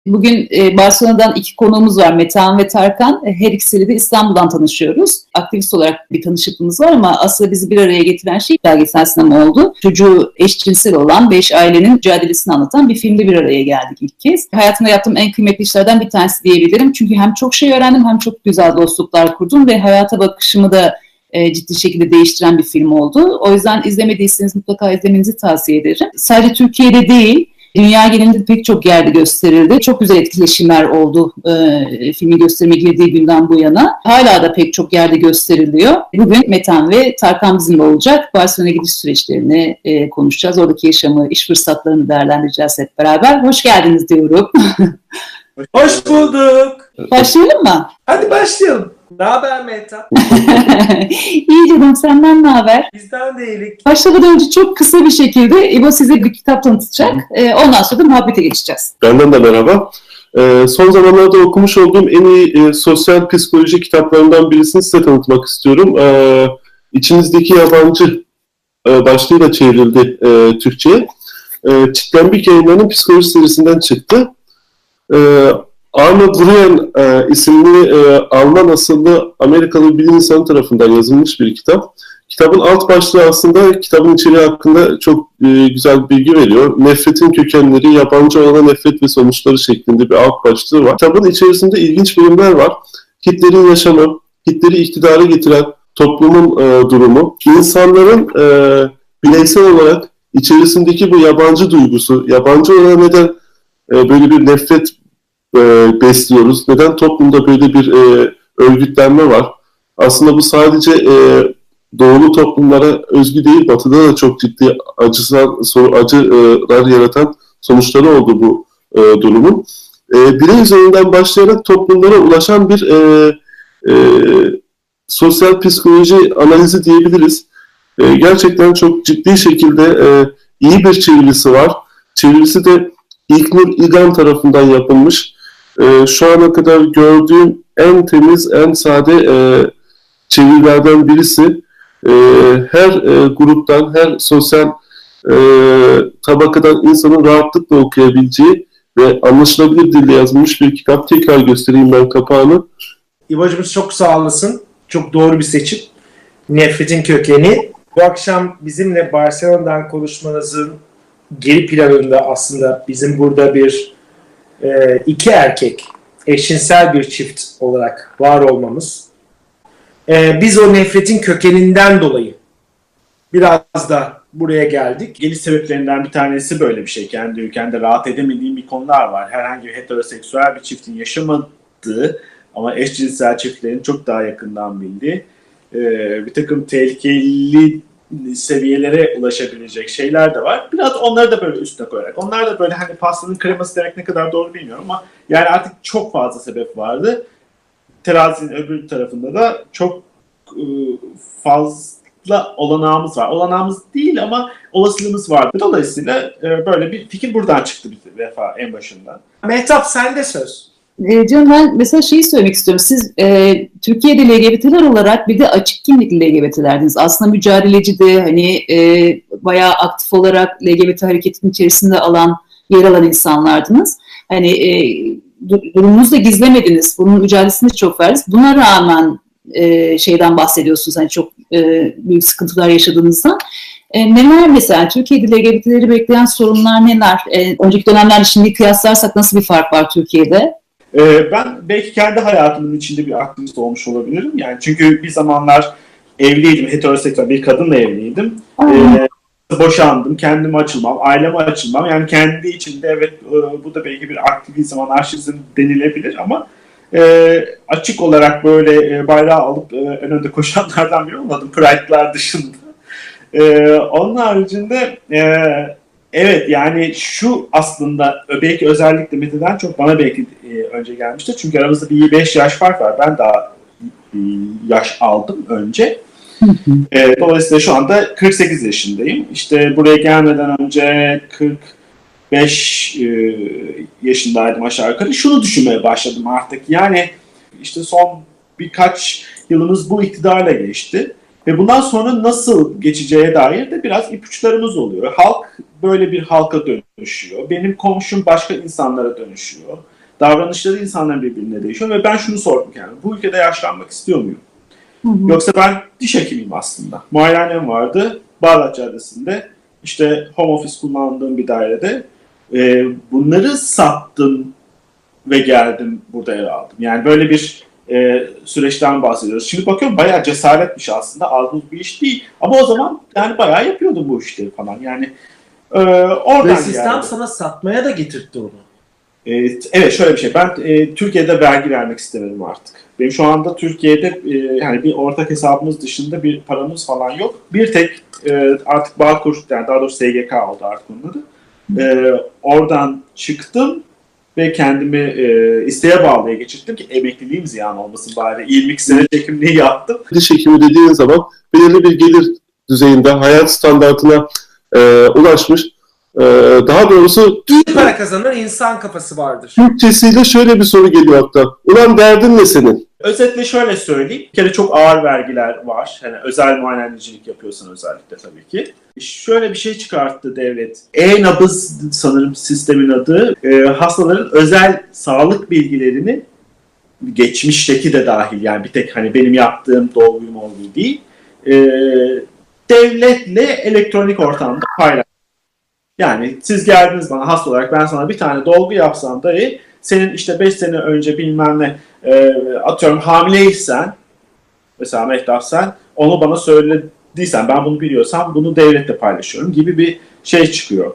Bugün Barcelona'dan iki konuğumuz var, Metehan ve Tarkan. Her ikisiyle de İstanbul'dan tanışıyoruz. Aktivist olarak bir tanışıklığımız var ama aslında bizi bir araya getiren şey belgesel sinema oldu. Çocuğu eşcinsel olan 5 ailenin mücadelesini anlatan bir filmde bir araya geldik ilk kez. Hayatımda yaptığım en kıymetli işlerden bir tanesi diyebilirim. Çünkü hem çok şey öğrendim hem çok güzel dostluklar kurdum ve hayata bakışımı da ciddi şekilde değiştiren bir film oldu. O yüzden izlemediyseniz mutlaka izlemenizi tavsiye ederim. Sadece Türkiye'de değil, dünya genelinde pek çok yerde gösterildi. Çok güzel etkileşimler oldu filmi gösterime girdiği günden bu yana. Hala da pek çok yerde gösteriliyor. Bugün Metehan ve Tarkan bizimle olacak. Barcelona'ya gidiş süreçlerini konuşacağız. Oradaki yaşamı, iş fırsatlarını değerlendireceğiz hep beraber. Hoş geldiniz diyorum. Hoş bulduk. Başlayalım mı? Hadi başlayalım. Ne haber Meta? İyi canım, senden ne haber? Bizden de iyilik. Başlamadan önce çok kısa bir şekilde İbo size bir kitap tanıtacak. Ondan sonra da muhabbete geçeceğiz. Benden de merhaba. Son zamanlarda okumuş olduğum en iyi sosyal psikoloji kitaplarından birisini size tanıtmak istiyorum. İçinizdeki Yabancı başlığıyla çevrildi Türkçe'ye. Çitlenbik Yayınları'nın psikoloji serisinden çıktı. Arno Gruen isimli Alman asıllı Amerikalı bilim insanı tarafından yazılmış bir kitap. Kitabın alt başlığı aslında kitabın içeriği hakkında çok güzel bilgi veriyor. Nefretin kökenleri, yabancı olana nefret ve sonuçları şeklinde bir alt başlığı var. Kitabın içerisinde ilginç bölümler var. Hitler'in yaşamı, Hitler'i iktidara getiren toplumun durumu, insanların bireysel olarak içerisindeki bu yabancı duygusu, yabancı olana neden böyle bir nefret besliyoruz, neden toplumda böyle bir örgütlenme var. Aslında bu sadece doğulu toplumlara özgü değil, Batı'da da çok ciddi acılar yaratan sonuçları oldu bu durumun. Birey üzerinden başlayarak toplumlara ulaşan bir sosyal psikoloji analizi diyebiliriz. Gerçekten çok ciddi şekilde iyi bir çevirisi var. Çevirisi de İlknur İlgan tarafından yapılmış. Şu ana kadar gördüğüm en temiz, en sade çevirilerden birisi. Her gruptan, her sosyal tabakadan insanın rahatlıkla okuyabileceği ve anlaşılabilir dille yazılmış bir kitap. Tekrar göstereyim ben kapağını. İbo'cumuz çok sağ olasın. Çok doğru bir seçim. Nefretin kökeni. Bu akşam bizimle Barcelona'dan konuşmanızın geri planında aslında bizim burada iki erkek, eşcinsel bir çift olarak var olmamız. Biz o nefretin kökeninden dolayı biraz da buraya geldik. Geliş sebeplerinden bir tanesi böyle bir şey. Kendi ülkende rahat edemediğim bir konular var. Herhangi bir heteroseksüel bir çiftin yaşamadığı ama eşcinsel çiftlerin çok daha yakından bildiği bir takım tehlikeli seviyelere ulaşabilecek şeyler de var. Biraz onları da böyle üstüne koyarak. Onlar da böyle hani pastanın kreması demek ne kadar doğru bilmiyorum ama yani artık çok fazla sebep vardı. Terazinin öbür tarafında da çok fazla olanağımız var. Olanağımız değil ama olasılığımız vardı. Dolayısıyla böyle bir fikir buradan çıktı bir defa en başından. Mehtap sende söz. Canım ben mesela şeyi söylemek istiyorum. Siz Türkiye'de LGBT'ler olarak bir de açık kimlikli LGBT'lerdiniz. Aslında mücadeleci de hani bayağı aktif olarak LGBT hareketinin içerisinde yer alan insanlardınız. Hani durumunuzu da gizlemediniz. Bunun mücadelesini çok verdiniz. Buna rağmen şeyden bahsediyorsunuz. Hani çok büyük sıkıntılar yaşadığınızdan. Neler mesela Türkiye'de LGBT'leri bekleyen sorunlar neler? Önceki dönemlerle şimdi kıyaslarsak nasıl bir fark var Türkiye'de? Ben belki kendi hayatımın içinde bir aktivist olmuş olabilirim. Yani çünkü bir zamanlar evliydim, heteroseksüel bir kadınla evliydim. Boşandım, kendime açılmam, aileme açılmam. Yani kendi içinde evet bu da belki bir aktivizm, anarşizm denilebilir ama açık olarak böyle bayrağı alıp en önde koşanlardan biri olmadım. Pride'lar dışında. Onun haricinde evet yani şu aslında belki özellikle Mete'den çok bana belki önce gelmişti. Çünkü aramızda bir 5 yaş fark var. Ben daha yaş aldım önce. Dolayısıyla şu anda 48 yaşındayım. İşte buraya gelmeden önce 45 yaşındaydım aşağı yukarı. Şunu düşünmeye başladım artık. Yani işte son birkaç yılımız bu iktidarla geçti. Ve bundan sonra nasıl geçeceğe dair de biraz ipuçlarımız oluyor. Halk böyle bir halka dönüşüyor. Benim komşum başka insanlara dönüşüyor. davranışları insanların birbirine değişiyor ve ben şunu sordum kendime. Bu ülkede yaşlanmak istiyor muyum? Yoksa ben diş hekimiyim aslında. Muayenehanem vardı Bağdat Caddesi'nde. İşte home office kullandığım bir dairede. Bunları sattım ve geldim burada ev aldım. Yani böyle bir süreçten bahsediyoruz. Şimdi bakıyorum bayağı cesaretmiş aslında. Az bir iş değil. Ama o zaman yani bayağı yapıyordum bu işleri falan. Yani oradan ve sistem geldi. sana satmaya da getirtti onu. Evet şöyle bir şey. Ben Türkiye'de vergi vermek istemedim artık. Benim şu anda Türkiye'de yani bir ortak hesabımız dışında bir paramız falan yok. Bir tek artık Bağkur, yani daha doğrusu SGK oldu artık onun adı. Oradan çıktım ve kendimi isteğe bağlıya geçirttim ki emekliliğim ziyan olmasın bari. 22 sene çekimliği yaptım. Diş hekimi dediğin zaman belirli bir gelir düzeyinde hayat standartına ulaşmış. Daha doğrusu İyi para kazanan insan kafası vardır. Türkçesiyle şöyle bir soru geliyor hatta. Ulan derdin ne senin? Özetle şöyle söyleyeyim. Bir kere çok ağır vergiler var. Yani özel muayenehanecilik yapıyorsan özellikle tabii ki. Şöyle bir şey çıkarttı devlet. E-nabız sanırım sistemin adı. Hastaların özel sağlık bilgilerini geçmişteki de dahil yani bir tek hani benim yaptığım dolguyum olduğu değil. Devletle elektronik ortamda paylaş. Yani siz geldiniz bana hasta olarak ben sana bir tane dolgu yapsam dahi senin işte 5 sene önce bilmem ne atıyorum hamileysen mesela Mehtap sen onu bana söylediysen ben bunu biliyorsam bunu devletle paylaşıyorum gibi bir şey çıkıyor.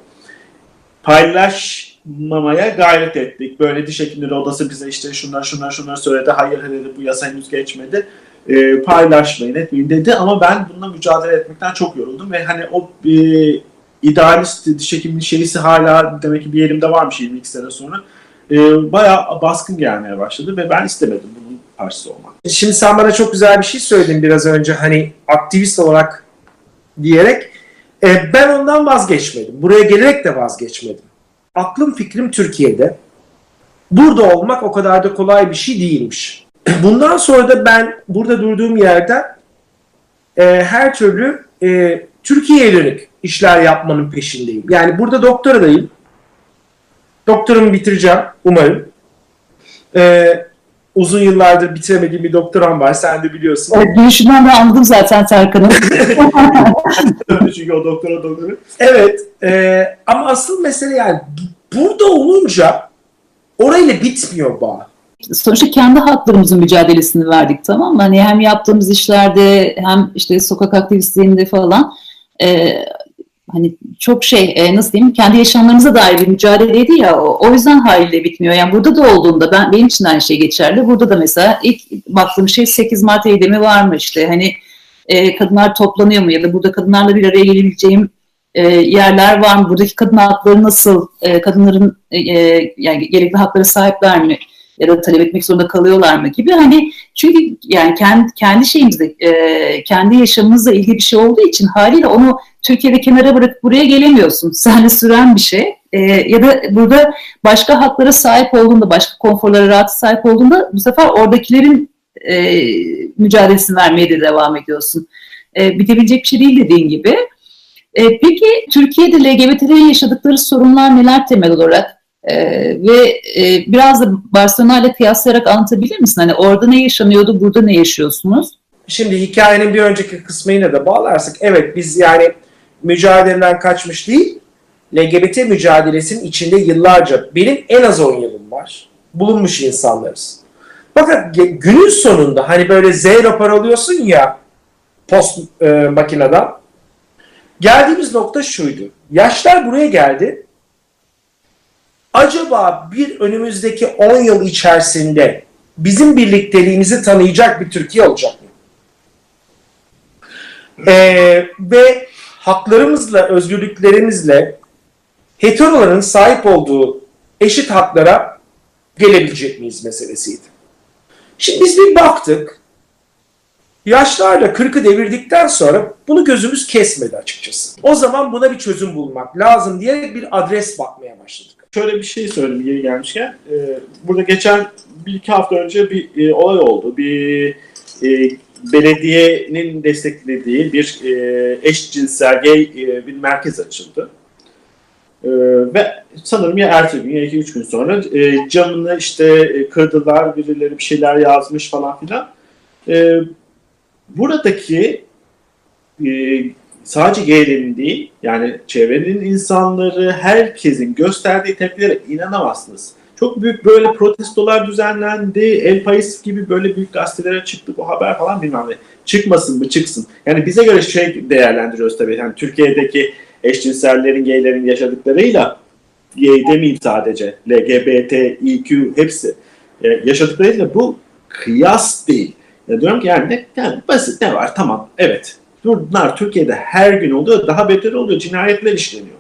Paylaşmamaya gayret ettik. Böyle diş hekimleri odası bize işte şunları söyledi. Hayır dedi bu yasa henüz geçmedi. Paylaşmayın etmeyin dedi ama ben bununla mücadele etmekten çok yoruldum ve hani o idealist diş hekiminin şeysi hala demek ki bir yerimde varmış 22 sene sonra. Bayağı baskın gelmeye başladı ve ben istemedim bunun parçası olmak. Şimdi sen bana çok güzel bir şey söyledin biraz önce hani aktivist olarak diyerek. Ben ondan vazgeçmedim. Buraya gelerek de vazgeçmedim. Aklım fikrim Türkiye'de. Burada olmak o kadar da kolay bir şey değilmiş. Bundan sonra da ben burada durduğum yerden her türlü Türkiye'ye dönük işler yapmanın peşindeyim. Yani burada doktoradayım. Doktorumu bitireceğim umarım. Uzun yıllardır bitiremediğim bir doktoram var. Sen de biliyorsun. Evet, görüşünden de anladım zaten Serkan'ı. Çünkü o doktora. Evet. Ama asıl mesele yani burada olunca orayla bitmiyor bağ. Sonuçta kendi haklarımızın mücadelesini verdik, tamam mı? Hani hem yaptığımız işlerde hem işte sokak aktivistliğinde falan hani çok nasıl diyeyim kendi yaşamlarımıza dair bir mücadeleydi ya o yüzden haliyle bitmiyor. Yani burada da olduğunda benim için aynı şey geçerli. Burada da mesela ilk baktığım şey 8 Mart eylemi var mı işte hani kadınlar toplanıyor mu ya da burada kadınlarla bir araya gelebileceğim yerler var mı? Buradaki kadın hakları nasıl? Kadınların yani gerekli haklara sahipler mi? Ya da talep etmek zorunda kalıyorlar mı gibi hani çünkü yani kendi şeyimizde kendi yaşamımızla ilgili bir şey olduğu için haliyle onu Türkiye'de kenara bırakıp buraya gelemiyorsun. Seni süren bir şey. Ya da burada başka haklara sahip olduğunda, başka konforlara rahat sahip olduğunda bu sefer oradakilerin mücadelesini vermeye de devam ediyorsun. Bitebilecek bir şey değil dediğin gibi. Peki Türkiye'de LGBT'lerin yaşadıkları sorunlar neler temel olarak? Ve biraz da Barcelona ile kıyaslayarak anlatabilir misin? Hani orada ne yaşanıyordu, burada ne yaşıyorsunuz? Şimdi hikayenin bir önceki kısmıyla da bağlarsak evet biz yani mücadeleden kaçmış değil, LGBT mücadelesinin içinde yıllarca benim en az 10 yılım var. Bulunmuş insanlarız. Fakat günün sonunda hani böyle Z rapor alıyorsun ya post makineden geldiğimiz nokta şuydu. Yaşlar buraya geldi. Acaba bir önümüzdeki 10 yıl içerisinde bizim birlikteliğimizi tanıyacak bir Türkiye olacak mı? Ve haklarımızla, özgürlüklerimizle heteroların sahip olduğu eşit haklara gelebilecek miyiz meselesiydi. Şimdi biz bir baktık. Yaşlarla 40'ı devirdikten sonra bunu gözümüz kesmedi açıkçası. O zaman buna bir çözüm bulmak lazım diye bir adres bakmaya başladık. Şöyle bir şey söyleyeyim yeri gelmişken. Burada geçen 1-2 hafta önce bir olay oldu. Bir belediyenin desteklediği bir eşcinsel gay bir merkez açıldı. Ve sanırım ya ertesi gün ya 2-3 gün sonra camını işte kırdılar, birileri bir şeyler yazmış falan filan. Buradaki sadece geylerin değil, yani çevrenin insanları, herkesin gösterdiği tepkilere inanamazsınız. Çok büyük böyle protestolar düzenlendi. El País gibi böyle büyük gazetelere çıktı bu haber falan, bilmem ne. Çıkmasın mı çıksın. Yani bize göre şey değerlendiriyoruz tabii. Yani Türkiye'deki eşcinsellerin, geylerin yaşadıklarıyla, gay demeyeyim sadece, LGBT, IQ hepsi yaşadıklarıyla bu kıyas değil. Ya diyorum ki yani basit ne var, tamam, evet. Bunlar Türkiye'de her gün oluyor, daha beter oluyor, cinayetler işleniyor.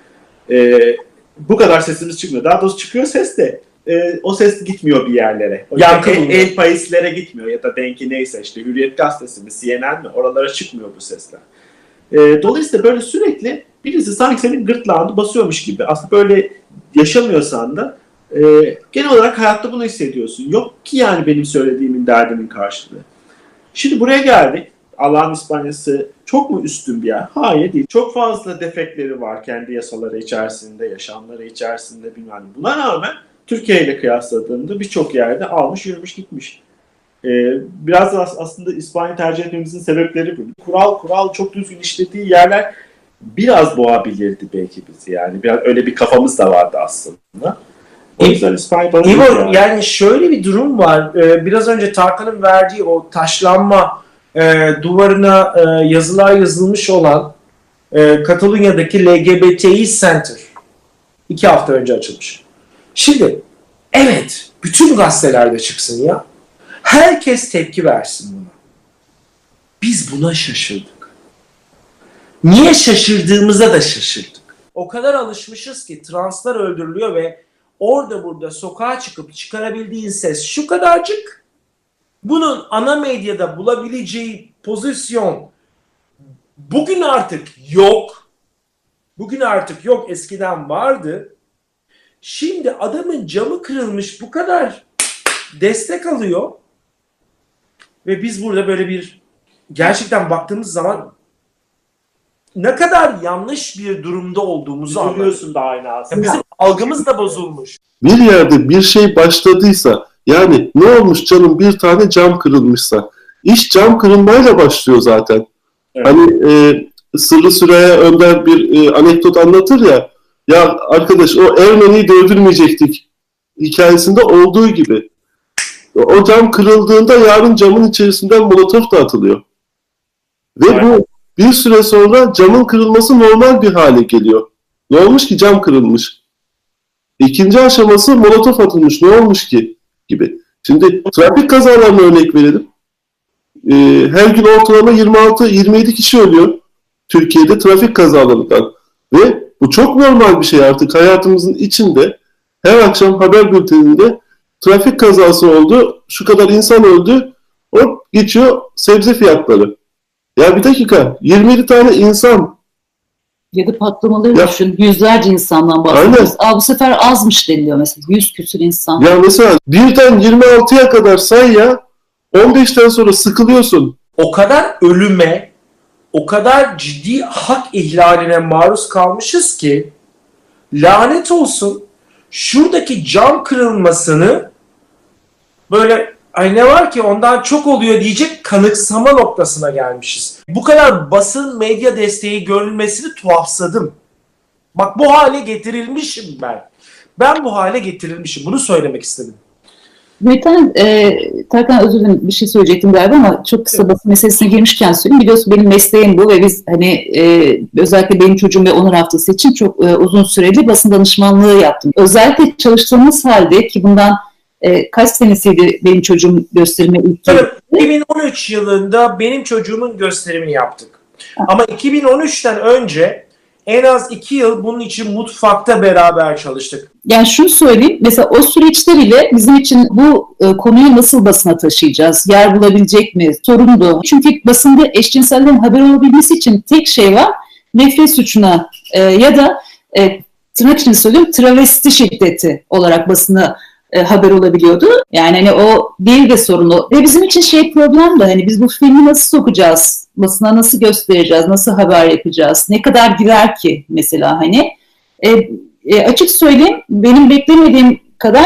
Bu kadar sesimiz çıkmıyor. Daha doğrusu çıkıyor ses de. O ses gitmiyor bir yerlere. El País'lere gitmiyor ya da Denk'i neyse işte Hürriyet Gazetesi mi, CNN mi, oralara çıkmıyor bu sesler. Dolayısıyla böyle sürekli birisi sanki senin gırtlağını basıyormuş gibi. Aslında böyle yaşamıyorsan da genel olarak hayatta bunu hissediyorsun. Yok ki yani benim söylediğimin, derdimin karşılığı. Şimdi buraya geldik. Allah'ın İspanyası çok mu üstün bir yer? Hayır değil. Çok fazla defekleri var kendi yasaları içerisinde, yaşamları içerisinde, bilmem. Buna rağmen Türkiye ile kıyasladığımda birçok yerde almış, yürümüş, gitmiş. Biraz da aslında İspanya tercih etmemizin sebepleri bu. Kural çok düzgün işlediği yerler biraz boğabilirdi belki bizi. Yani biraz öyle bir kafamız da vardı aslında. O yüzden İspanya yani şöyle bir durum var. Biraz önce Tarkan'ın verdiği o taşlanma duvarına yazılar yazılmış olan Katalonya'daki LGBTİ Center 2 hafta önce açılmış. Şimdi evet, bütün gazetelerde çıksın ya. Herkes tepki versin buna. Biz buna şaşırdık. Niye şaşırdığımıza da şaşırdık. O kadar alışmışız ki translar öldürülüyor ve orada burada sokağa çıkıp çıkarabildiğin ses şu kadarcık. Bunun ana medyada bulabileceği pozisyon bugün artık yok. Bugün artık yok. Eskiden vardı. Şimdi adamın camı kırılmış, bu kadar destek alıyor. Ve biz burada böyle bir, gerçekten baktığımız zaman ne kadar yanlış bir durumda olduğumuzu anlıyorsun da aynı aslında. Bizim algımız da bozulmuş. Bir yerde bir şey başladıysa, yani ne olmuş canım, bir tane cam kırılmışsa, iş cam kırılmayla başlıyor zaten. Evet. Hani Sırrı Süreyya Önder bir anekdot anlatır ya, ya arkadaş o Ermeni'yi de öldürmeyecektik hikayesinde olduğu gibi. O cam kırıldığında yarın camın içerisinden molotof da atılıyor. Ve evet, bu bir süre sonra camın kırılması normal bir hale geliyor. Ne olmuş ki cam kırılmış? İkinci aşaması molotof atılmış. Ne olmuş ki? Gibi. Şimdi trafik kazalarına örnek verelim. Her gün ortalama 26-27 kişi ölüyor Türkiye'de trafik kazalarından. Ve bu çok normal bir şey artık hayatımızın içinde. Her akşam haber bülteninde trafik kazası oldu, şu kadar insan öldü, hop geçiyor sebze fiyatları. Ya bir dakika, 27 tane insan. Ya da patlamaları düşün, yüzlerce insandan bahsediyoruz. Bu sefer azmış deniliyor mesela, 100 küsur insan. Ya mesela birden 26'ya kadar say ya, 15'ten sonra sıkılıyorsun. O kadar ölüme, o kadar ciddi hak ihlaline maruz kalmışız ki, lanet olsun, şuradaki cam kırılmasını böyle ay ne var ki ondan çok oluyor diyecek kanıksama noktasına gelmişiz. Bu kadar basın medya desteği görülmesini tuhafsadım. Bak bu hale getirilmişim ben. Ben bu hale getirilmişim. Bunu söylemek istedim. Tarkan özür dilerim, bir şey söyleyecektim galiba ama çok kısa basın meselesine girmişken söyleyeyim. Biliyorsun benim mesleğim bu ve biz hani özellikle benim çocuğum ve Onur Haftası için çok uzun süreli basın danışmanlığı yaptım. Özellikle çalıştığımız halde ki bundan kaç senesiydi benim çocuğum gösterime ilk kez? 2013 yılında benim çocuğumun gösterimini yaptık. Ama 2013'ten önce en az 2 yıl bunun için mutfakta beraber çalıştık. Yani şunu söyleyeyim, mesela o süreçte bile bizim için bu konuyu nasıl basına taşıyacağız, yer bulabilecek mi sorundu. Çünkü basında eşcinsellerin haber olabilmesi için tek şey var, nefret suçuna ya da tırnak içinde söylüyorum travesti şiddeti olarak basına haber olabiliyordu. Yani hani o değil de sorunu. Ve bizim için problem de hani biz bu filmi nasıl sokacağız, basına nasıl göstereceğiz, nasıl haber yapacağız, ne kadar girer ki mesela hani. Açık söyleyeyim, benim beklemediğim kadar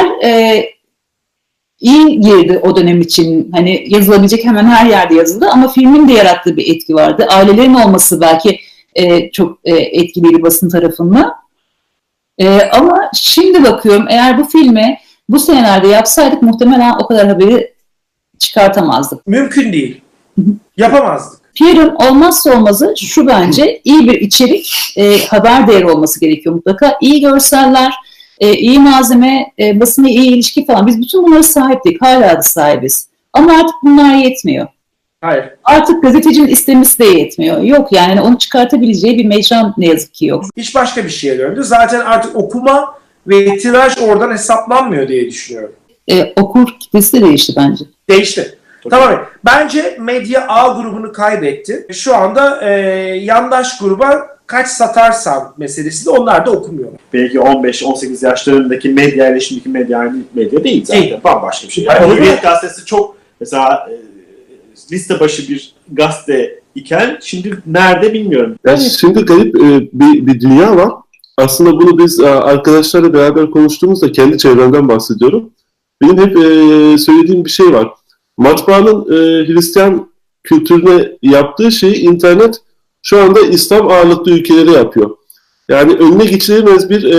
iyi girdi o dönem için. Hani yazılabilecek hemen her yerde yazıldı ama filmin de yarattığı bir etki vardı. Ailelerin olması belki çok etkiliydi basın tarafından. Ama şimdi bakıyorum, eğer bu filmi bu senelerde yapsaydık muhtemelen o kadar haberi çıkartamazdık. Mümkün değil. Yapamazdık. PR'ın olmazsa olmazı şu bence, iyi bir içerik, haber değeri olması gerekiyor mutlaka. İyi görseller, iyi malzeme, basına iyi ilişki falan. Biz bütün bunlara sahiptik, hala da sahibiz. Ama artık bunlar yetmiyor. Hayır. Artık gazetecinin istemesi de yetmiyor. Yok yani onu çıkartabileceği bir mecra ne yazık ki yok. Hiç başka bir şeye döndü. Zaten artık okuma ve tiraj oradan hesaplanmıyor diye düşünüyorum. Okur kitlesi de değişti bence. Değişti. Tamam. Bence medya A grubunu kaybetti. Şu anda yandaş gruba kaç satarsan meselesi de onlar da okumuyorlar. Belki 15-18 yaşlarındaki medya ile şimdiki medya aynı medya değil zaten. Değil. Bambaşka bir şey. Hayır, Hürriyet gazetesi çok mesela liste başı bir gazete iken şimdi nerede bilmiyorum. Yani şimdi garip bir dünya var. Aslında bunu biz arkadaşlarla beraber konuştuğumuzda kendi çevremden bahsediyorum. Benim hep söylediğim bir şey var. Matbaanın Hristiyan kültürüne yaptığı şeyi internet şu anda İslam ağırlıklı ülkelere yapıyor. Yani önüne geçilemez bir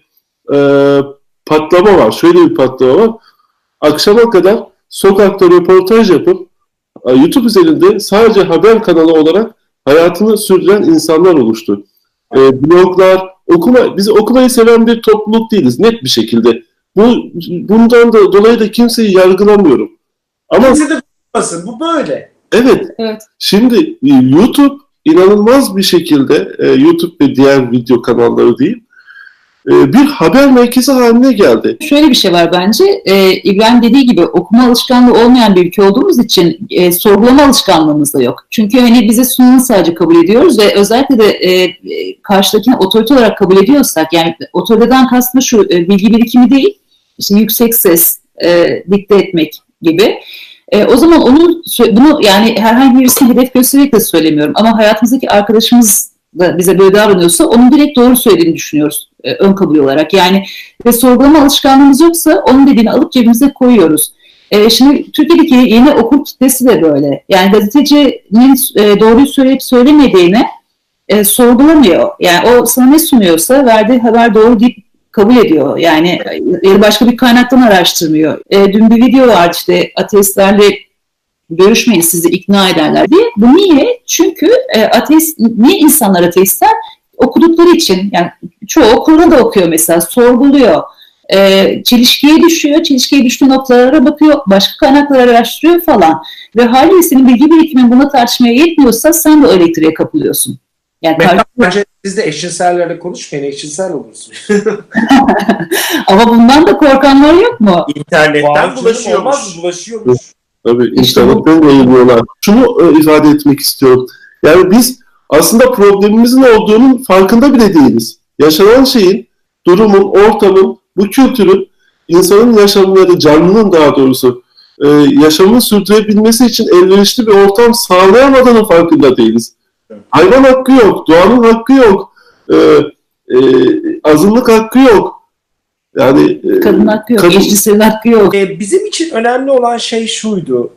patlama var. Şöyle bir patlama var. Akşama kadar sokakta röportaj yapıp YouTube üzerinde sadece haber kanalı olarak hayatını sürdüren insanlar oluştu. Bloglar, biz okumayı seven bir topluluk değiliz net bir şekilde. Bundan da dolayı da kimseyi yargılamıyorum. Ama Kimse de bulmasın. Bu böyle. evet. Evet. Şimdi YouTube inanılmaz bir şekilde YouTube ve diğer video kanalları diyeyim bir haber merkezi haline geldi. Şöyle bir şey var bence. İbrahim dediği gibi okuma alışkanlığı olmayan bir ülke olduğumuz için sorgulama alışkanlığımız da yok. Çünkü hani bize sunulanı sadece kabul ediyoruz ve özellikle de karşıdakini otorite olarak kabul ediyorsak, yani otoriteden kastım şu, bilgi birikimi değil, işte yüksek ses, dikte etmek gibi. O zaman bunu yani herhangi birisine hedef göstererek de söylemiyorum ama hayatımızdaki arkadaşımız da bize böyle davranıyorsa onun direkt doğru söylediğini düşünüyoruz ön kabul olarak. Yani ve sorgulama alışkanlığımız yoksa onun dediğini alıp cebimize koyuyoruz. Şimdi Türkiye'deki yeni okur kitlesi de böyle. Yani gazetecinin doğruyu söyleyip söylemediğini sorgulamıyor. Yani o sana ne sunuyorsa verdiği haber doğru deyip kabul ediyor. Yani başka bir kaynaktan araştırmıyor. Dün bir video vardı, işte ateistlerle görüşmeyin sizi ikna ederler diye. Bu niye? Çünkü niye insanlar ateistler? Okudukları için. Yani çoğu Kur'an'ı da okuyor mesela, sorguluyor. Çelişkiye düşüyor. Çelişkiye düştüğü noktalara bakıyor. Başka kaynakları araştırıyor falan. Ve haliyle senin bilgi birikimin buna tartışmaya yetmiyorsa sen de o elektriğe kapılıyorsun. Yani Bence siz de eşcinsellerle konuşmayın, eşcinsel olursunuz. Ama bundan da korkanlar yok mu? İnternetten bulaşıyormuş. Bulaşıyormuş. Tabii İşte internetten yayınlıyorlar. Şunu ifade etmek istiyorum. Yani biz aslında problemimizin olduğunun farkında bile değiliz. Yaşanan şeyin, durumun, ortamın, bu kültürün insanın yaşamları, canlının daha doğrusu yaşamını sürdürebilmesi için elverişli bir ortam sağlayamadığının farkında değiliz. Hayvan hakkı yok, doğanın hakkı yok, azınlık hakkı yok. Yani kadın hakkı yok, eşcinselin hakkı yok. Bizim için önemli olan şey şuydu.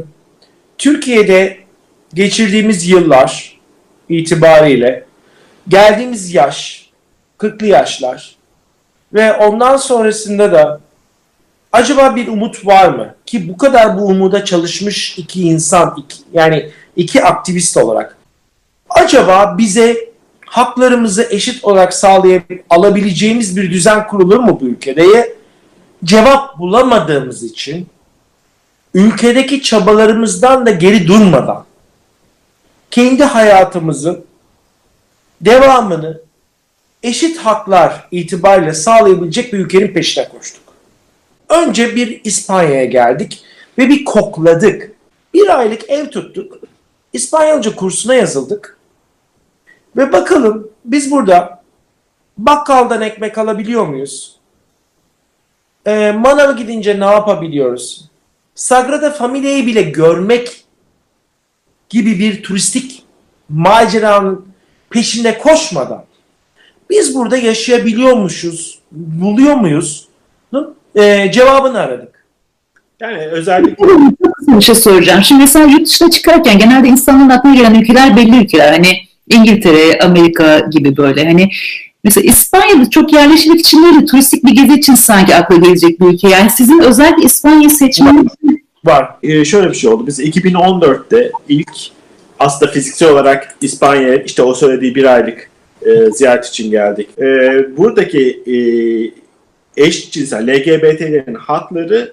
Türkiye'de geçirdiğimiz yıllar itibariyle geldiğimiz yaş, 40'lı yaşlar ve ondan sonrasında da acaba bir umut var mı? Ki bu kadar bu umuda çalışmış iki insan, yani iki aktivist olarak acaba bize haklarımızı eşit olarak sağlayıp alabileceğimiz bir düzen kurulur mu bu ülkede? Cevap bulamadığımız için ülkedeki çabalarımızdan da geri durmadan kendi hayatımızın devamını eşit haklar itibariyle sağlayabilecek bir ülkenin peşine koştuk. Önce bir İspanya'ya geldik ve bir kokladık. Bir aylık ev tuttuk. İspanyolca kursuna yazıldık. Ve bakalım biz burada bakkaldan ekmek alabiliyor muyuz? Manava gidince ne yapabiliyoruz? Sagrada Familia'yı bile görmek gibi bir turistik maceranın peşinde koşmadan Biz burada yaşayabiliyormuşuz, buluyor muyuz? Cevabını aradık. Yani özellikle Bir şey soracağım. Şimdi mesela yurt dışına çıkarken genelde insanların aklına gelen ülkeler belli ülkeler. Hani İngiltere, Amerika gibi böyle. Hani mesela İspanya'da çok yerleşmek için değil de turistik bir gezi için sanki akla gelecek bir ülke. Yani sizin özellikle İspanya seçmeniz var. Şöyle bir şey oldu. Biz 2014'te ilk aslında fiziksel olarak İspanya'ya işte o söylediği bir aylık ziyaret için geldik. Buradaki eşcinsel LGBT'lerin hakları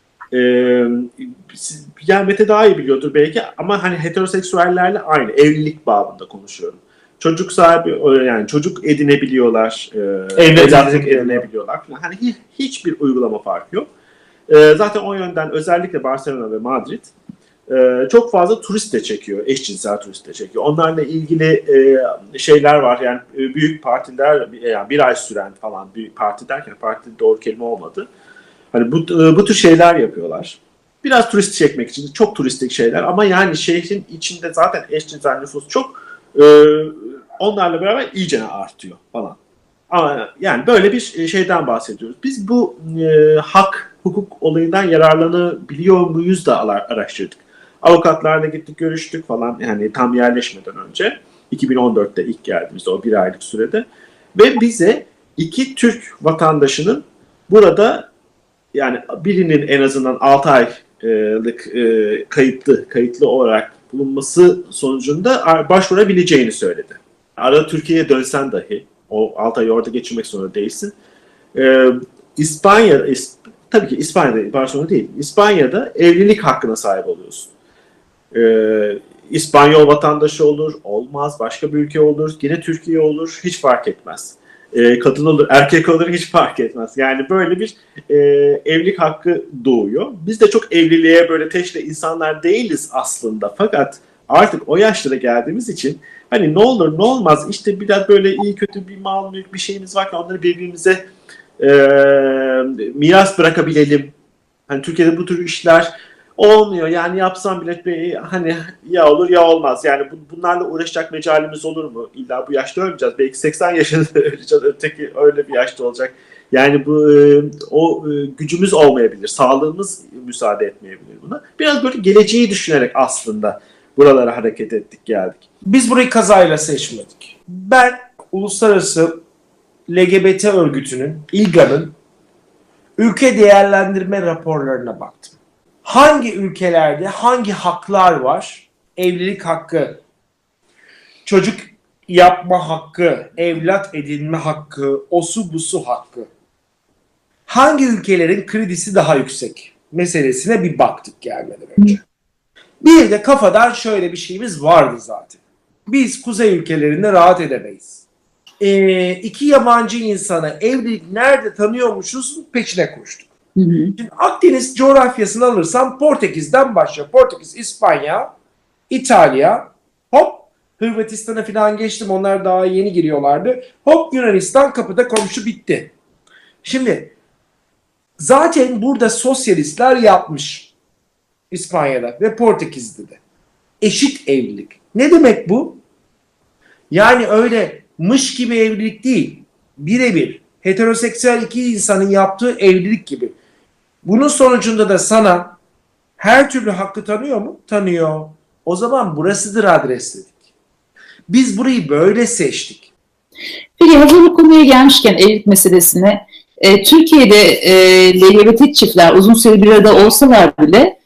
yani Mete daha iyi biliyordur belki ama hani heteroseksüellerle aynı evlilik babında konuşuyorum. Çocuk sahibi yani çocuk edinebiliyorlar, evlatlık edinebiliyorlar falan. Hani hiçbir uygulama farkı yok. Zaten o yönden özellikle Barcelona ve Madrid çok fazla turist de çekiyor, eşcinsel turist de çekiyor. Onlarla ilgili şeyler var yani büyük partiler, yani bir ay süren falan büyük parti derken parti doğru kelime olmadı. Hani bu tür şeyler yapıyorlar. Biraz turist çekmek için çok turistik şeyler ama yani şehrin içinde zaten eşcinsel nüfus çok onlarla beraber iyice artıyor falan. Ama yani böyle bir şeyden bahsediyoruz. Biz bu hak, hukuk olayından yararlanabiliyor muyuz da araştırdık. Avukatlarla gittik, görüştük falan yani tam yerleşmeden önce. 2014'te ilk geldiğimizde o bir aylık sürede. Ve bize 2 Türk vatandaşının burada yani birinin en azından 6 aylık kayıtlı olarak bulunması sonucunda başvurabileceğini söyledi. Arada Türkiye'ye dönsen dahi o 6 ayı orada geçirmek zorunda değilsin. Tabii ki İspanya'da, Barcelona değil, İspanya'da evlilik hakkına sahip oluyorsun. İspanyol vatandaşı olur, olmaz, başka bir ülke olur, yine Türkiye olur, hiç fark etmez. Kadın olur, erkek olur, hiç fark etmez. Yani böyle bir evlilik hakkı doğuyor. Biz de çok evliliğe böyle teşne insanlar değiliz aslında. Fakat artık o yaşlara geldiğimiz için hani ne olur ne olmaz işte biraz böyle iyi kötü bir mal mülk bir şeyimiz varken onları birbirimize miras bırakabilelim. Hani Türkiye'de bu tür işler olmuyor. Yani yapsam bile hani ya olur ya olmaz. Yani bunlarla uğraşacak mecalimiz olur mu? İlla bu yaşta ölmeyeceğiz. Belki 80 yaşında öleceğiz. Öteki öyle bir yaşta olacak. Yani o gücümüz olmayabilir. Sağlığımız müsaade etmeyebilir buna. Biraz böyle geleceği düşünerek aslında buralara hareket ettik, geldik. Biz burayı kazayla seçmedik. Ben uluslararası LGBT örgütünün, İLGA'nın ülke değerlendirme raporlarına baktım. Hangi ülkelerde hangi haklar var? Evlilik hakkı, çocuk yapma hakkı, evlat edinme hakkı, osu busu hakkı. Hangi ülkelerin kredisi daha yüksek meselesine bir baktık gelmeden önce. Bir de kafadan şöyle bir şeyimiz vardı zaten. Biz kuzey ülkelerinde rahat edemeyiz. 2 yabancı insana evlilik nerede tanıyormuşuz peşine koştuk. Şimdi Akdeniz coğrafyasını alırsam Portekiz'den başlıyor. Portekiz, İspanya, İtalya, hop Hırvatistan'a falan geçtim. Onlar daha yeni giriyorlardı. Hop Yunanistan kapıda komşu bitti. Şimdi zaten burada sosyalistler yapmış. İspanya'da ve Portekiz'de de. Eşit evlilik. Ne demek bu? Yani öyle mış gibi evlilik değil. Birebir heteroseksüel 2 insanın yaptığı evlilik gibi. Bunun sonucunda da sana her türlü hakkı tanıyor mu? Tanıyor. O zaman burasıdır adres dedik. Biz burayı böyle seçtik. Peki hazır bu konuya gelmişken evlilik meselesine, Türkiye'de LGBT çiftler uzun süre bir arada olsalar bile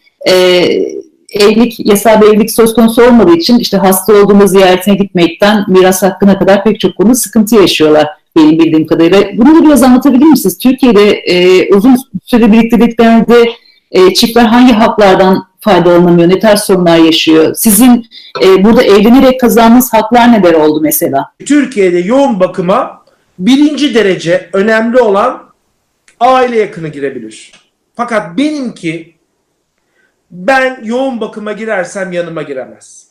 yasal bir evlilik söz konusu olmadığı için işte hasta olduğunda ziyaretine gitmekten miras hakkına kadar pek çok konu sıkıntı yaşıyorlar benim bildiğim kadarıyla. Bunu da biraz anlatabilir misiniz? Türkiye'de uzun süre birlikteliklerde çiftler hangi haklardan faydalanamıyor, ne tarz sorunlar yaşıyor? Sizin burada evlenerek kazandığınız haklar neler oldu mesela? Türkiye'de yoğun bakıma 1. derece önemli olan aile yakını girebilir. Fakat benimki ben yoğun bakıma girersem yanıma giremez.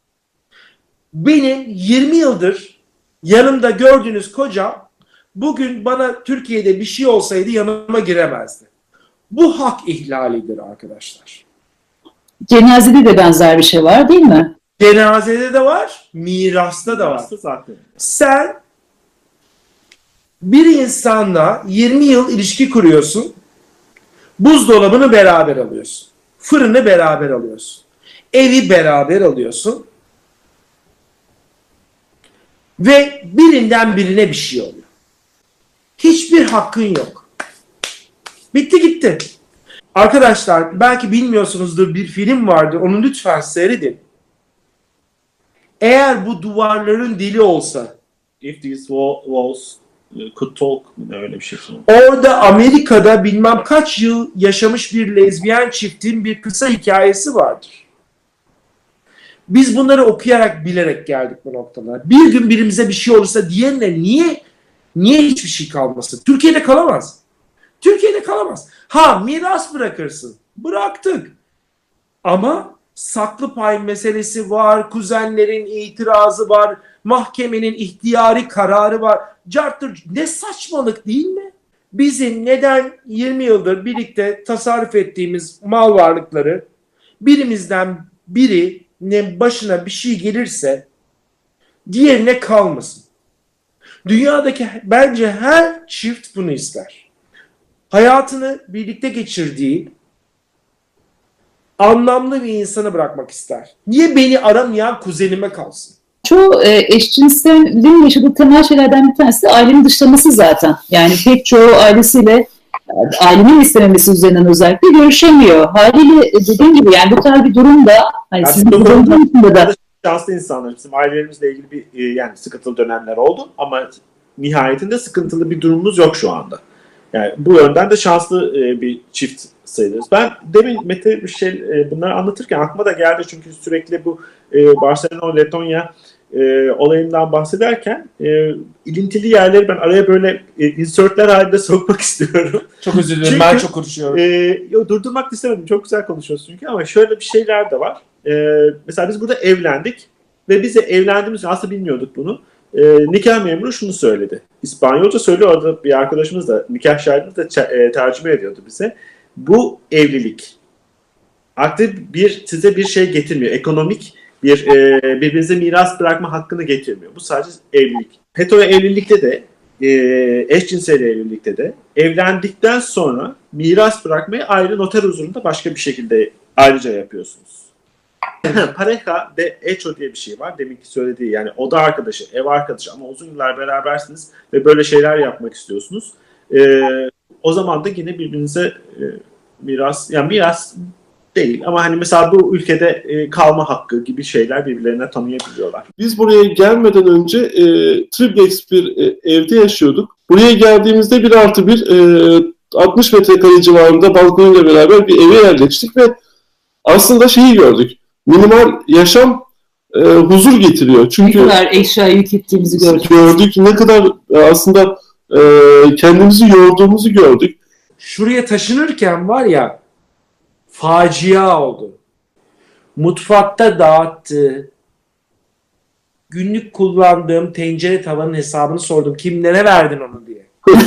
Benim 20 yıldır yanımda gördüğünüz kocam bugün bana Türkiye'de bir şey olsaydı yanıma giremezdi. Bu hak ihlalidir arkadaşlar. Cenazede de benzer bir şey var değil mi? Cenazede de var, mirasta da var. Zaten. Sen Bir insanla 20 yıl ilişki kuruyorsun. Buzdolabını beraber alıyorsun. Fırını beraber alıyorsun. Evi beraber alıyorsun. Ve birinden birine bir şey oluyor. Hiçbir hakkın yok. Bitti gitti. Arkadaşlar belki bilmiyorsunuzdur, bir film vardı. Onu lütfen seyredin. Eğer bu duvarların dili olsa, If these walls could talk, öyle bir şey. orada Amerika'da bilmem kaç yıl yaşamış bir lezbiyen çiftin bir kısa hikayesi vardır. Biz bunları okuyarak, bilerek geldik bu noktalara. Bir gün birimize bir şey olursa diğerine niye hiçbir şey kalmasın? Türkiye'de kalamaz. Türkiye'de kalamaz. Ha, miras bırakırsın. Bıraktık. Ama saklı pay meselesi var, kuzenlerin itirazı var, mahkemenin ihtiyari kararı var. Carttır, ne saçmalık değil mi? Bizim neden 20 yıldır birlikte tasarruf ettiğimiz mal varlıkları birimizden birinin başına bir şey gelirse diğerine kalmasın? Dünyadaki bence her çift bunu ister. Hayatını birlikte geçirdiği anlamlı bir insanı bırakmak ister. Niye beni aramayan kuzenime kalsın? Çoğu eşcinsellerin yaşadığı temel şeylerden bir tanesi de ailenin dışlaması zaten. Yani pek çoğu ailesiyle, ailenin istememesi üzerinden özellikle görüşemiyor. Haliyle dediğim gibi yani bu tarz bir durumda hani sizin bu durumda da şanslı insanlar. Bizim ailelerimizle ilgili bir yani sıkıntılı dönemler oldu ama nihayetinde sıkıntılı bir durumumuz yok şu anda. Yani bu yönden de şanslı bir çift sayılırız. Ben demin Mete bir şey bunları anlatırken aklıma da geldi çünkü sürekli bu Barcelona-Letonya olayından bahsederken ilintili yerleri ben araya böyle insertler halinde sokmak istiyorum. Çok özür dilerim, ben çok konuşuyorum. Durdurmak istemedim. Çok güzel konuşuyorsun çünkü ama şöyle bir şeyler de var. Mesela biz burada evlendik ve biz de evlendiğimiz aslında bilmiyorduk bunu. Nikah memuru şunu söyledi. İspanyolca söylüyor. Orada bir arkadaşımız da nikah şahidimiz de tercüme ediyordu bize. Bu evlilik artık size bir şey getirmiyor. Ekonomik birbirinize miras bırakma hakkını getirmiyor. Bu sadece evlilik. Hetero evlilikte de eşcinsel evlilikte de evlendikten sonra miras bırakmayı ayrı noter huzurunda başka bir şekilde ayrıca yapıyorsunuz. Pareja de hecho diye bir şey var. Deminki söylediği yani oda arkadaşı, ev arkadaşı ama uzun yıllar berabersiniz ve böyle şeyler yapmak istiyorsunuz. O zaman da yine birbirinize miras değil ama hani mesela bu ülkede kalma hakkı gibi şeyler birbirlerine tanıyabiliyorlar. Biz buraya gelmeden önce triplex bir evde yaşıyorduk. Buraya geldiğimizde 1+1 60 metrekare civarında balkonuyla beraber bir eve yerleştik ve aslında şeyi gördük. Minimal yaşam huzur getiriyor. Çünkü ne kadar eşyayı yük ettiğimizi gördük. Ne kadar aslında kendimizi yorduğumuzu gördük. Şuraya taşınırken var ya facia oldu. Mutfakta dağıttığı günlük kullandığım tencere tavanın hesabını sordum. Kimlere verdin onu diye.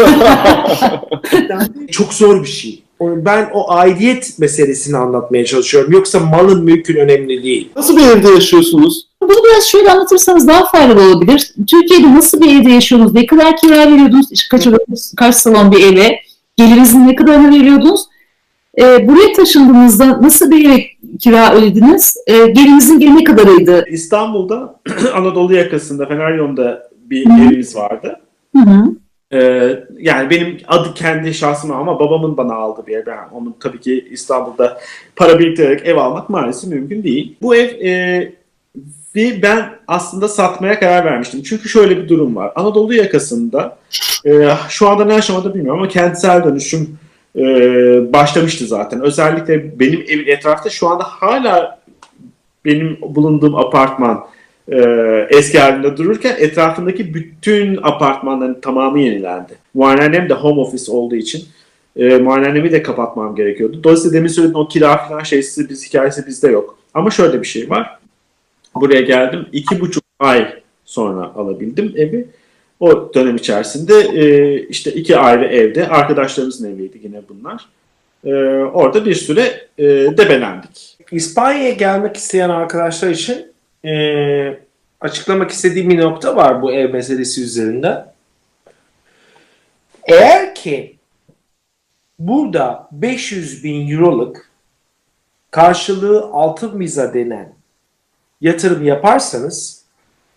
Çok zor bir şey. Ben o aidiyet meselesini anlatmaya çalışıyorum. Yoksa malın mülkün önemli değil. Nasıl bir evde yaşıyorsunuz? Bunu biraz şöyle anlatırsanız daha faydalı olabilir. Türkiye'de nasıl bir evde yaşıyorsunuz? Ne kadar kira veriyordunuz? Kaç salon bir eve? Gelirinizin ne kadarını veriyordunuz? Buraya taşındığınızda nasıl bir eve kira ödediniz? Gelirinizin geliri ne kadarıydı? İstanbul'da Anadolu yakasında Feneryon'da bir evimiz vardı. Hı hı. Yani benim adı kendi şahsıma ama babamın bana aldığı bir ev. Yani onun tabii ki İstanbul'da para biriktirerek ev almak maalesef mümkün değil. Bu ev ben aslında satmaya karar vermiştim. Çünkü şöyle bir durum var. Anadolu yakasında şu anda ne aşamada bilmiyorum ama kentsel dönüşüm başlamıştı zaten. Özellikle benim evin etrafında şu anda hala benim bulunduğum apartman eski halinde dururken etrafındaki bütün apartmanların tamamı yenilendi. Muayeneannem de home office olduğu için muayeneannemi de kapatmam gerekiyordu. Dolayısıyla demin söylediğim o kira falan hikayesi bizde yok. Ama şöyle bir şey var. Buraya geldim. 2,5 ay sonra alabildim evi. O dönem içerisinde işte 2 ayrı evde. Arkadaşlarımızın eviydi yine bunlar. Orada bir süre debelendik. İspanya'ya gelmek isteyen arkadaşlar için açıklamak istediğim bir nokta var bu ev meselesi üzerinde. Eğer ki burada 500 bin euroluk karşılığı altın viza denen yatırım yaparsanız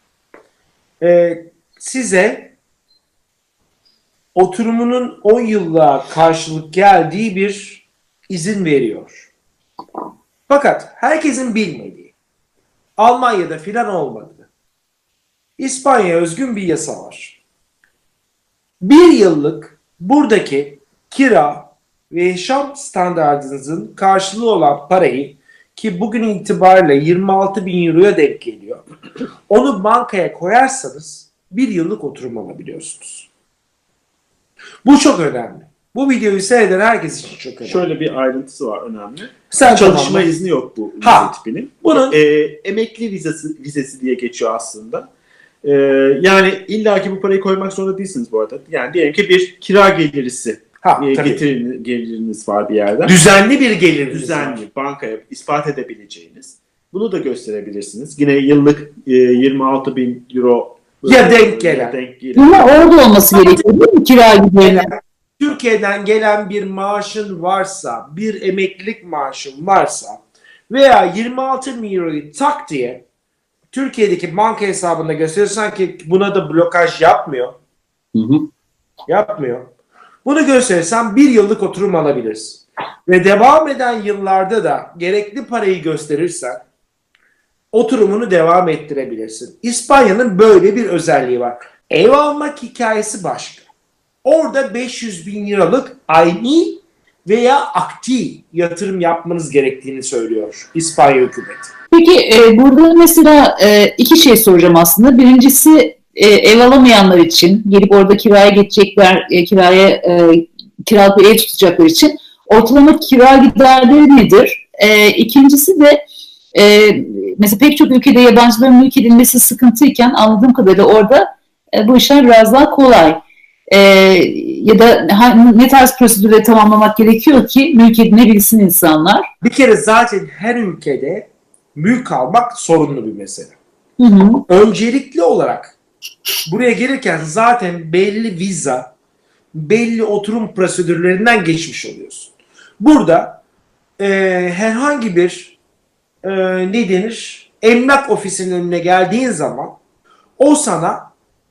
size oturumunun 10 yılla karşılık geldiği bir izin veriyor. Fakat herkesin bilmediği, Almanya'da filan olmadı. İspanya'ya özgün bir yasa var. 1 yıllık buradaki kira ve yaşam standartınızın karşılığı olan parayı, ki bugün itibariyle 26 bin euroya denk geliyor, onu bankaya koyarsanız 1 yıllık oturum alabiliyorsunuz. Bu çok önemli. Bu videoyu seyreden herkes için çok önemli. Şöyle bir ayrıntısı var önemli. Sen Çalışma tamam. izni yok bu vize tipinin. Bunun Emekli vizesi diye geçiyor aslında. Yani illaki bu parayı koymak zorunda değilsiniz bu arada. Yani diyelim ki bir kira gelirisi geliriniz var bir yerden. Düzenli bir geliriniz Düzenli, var. bankaya ispat edebileceğiniz. Bunu da gösterebilirsiniz. Yine yıllık 26 bin euro Ya denk gelen. Ama orada olması gerekiyor değil mi kira giderine? Türkiye'den gelen bir maaşın varsa, bir emeklilik maaşın varsa veya 26 bin euroyu tak diye Türkiye'deki banka hesabında gösteriyorsan ki buna da blokaj yapmıyor. Yapmıyor. Bunu gösterirsen 1 yıllık oturum alabilirsin. Ve devam eden yıllarda da gerekli parayı gösterirsen oturumunu devam ettirebilirsin. İspanya'nın böyle bir özelliği var. Ev almak hikayesi başka. Orada 500 bin liralık ayni veya akti yatırım yapmanız gerektiğini söylüyor İspanya hükümeti. Peki burada mesela iki şey soracağım aslında. Birincisi ev alamayanlar için, gelip orada kiraya geçecekler, kiralık bir ev tutacaklar için ortalama kira giderleri nedir? İkincisi de mesela pek çok ülkede yabancıların mülk edilmesi sıkıntıyken anladığım kadarıyla orada bu işler biraz daha kolay. Ya da ne tarz prosedürleri tamamlamak gerekiyor ki mülk edinebilsin insanlar? Bir kere zaten her ülkede mülk almak sorunlu bir mesele. Öncelikli olarak buraya gelirken zaten belli viza, belli oturum prosedürlerinden geçmiş oluyorsun. Burada herhangi bir ne denir? Emlak ofisinin önüne geldiğin zaman o sana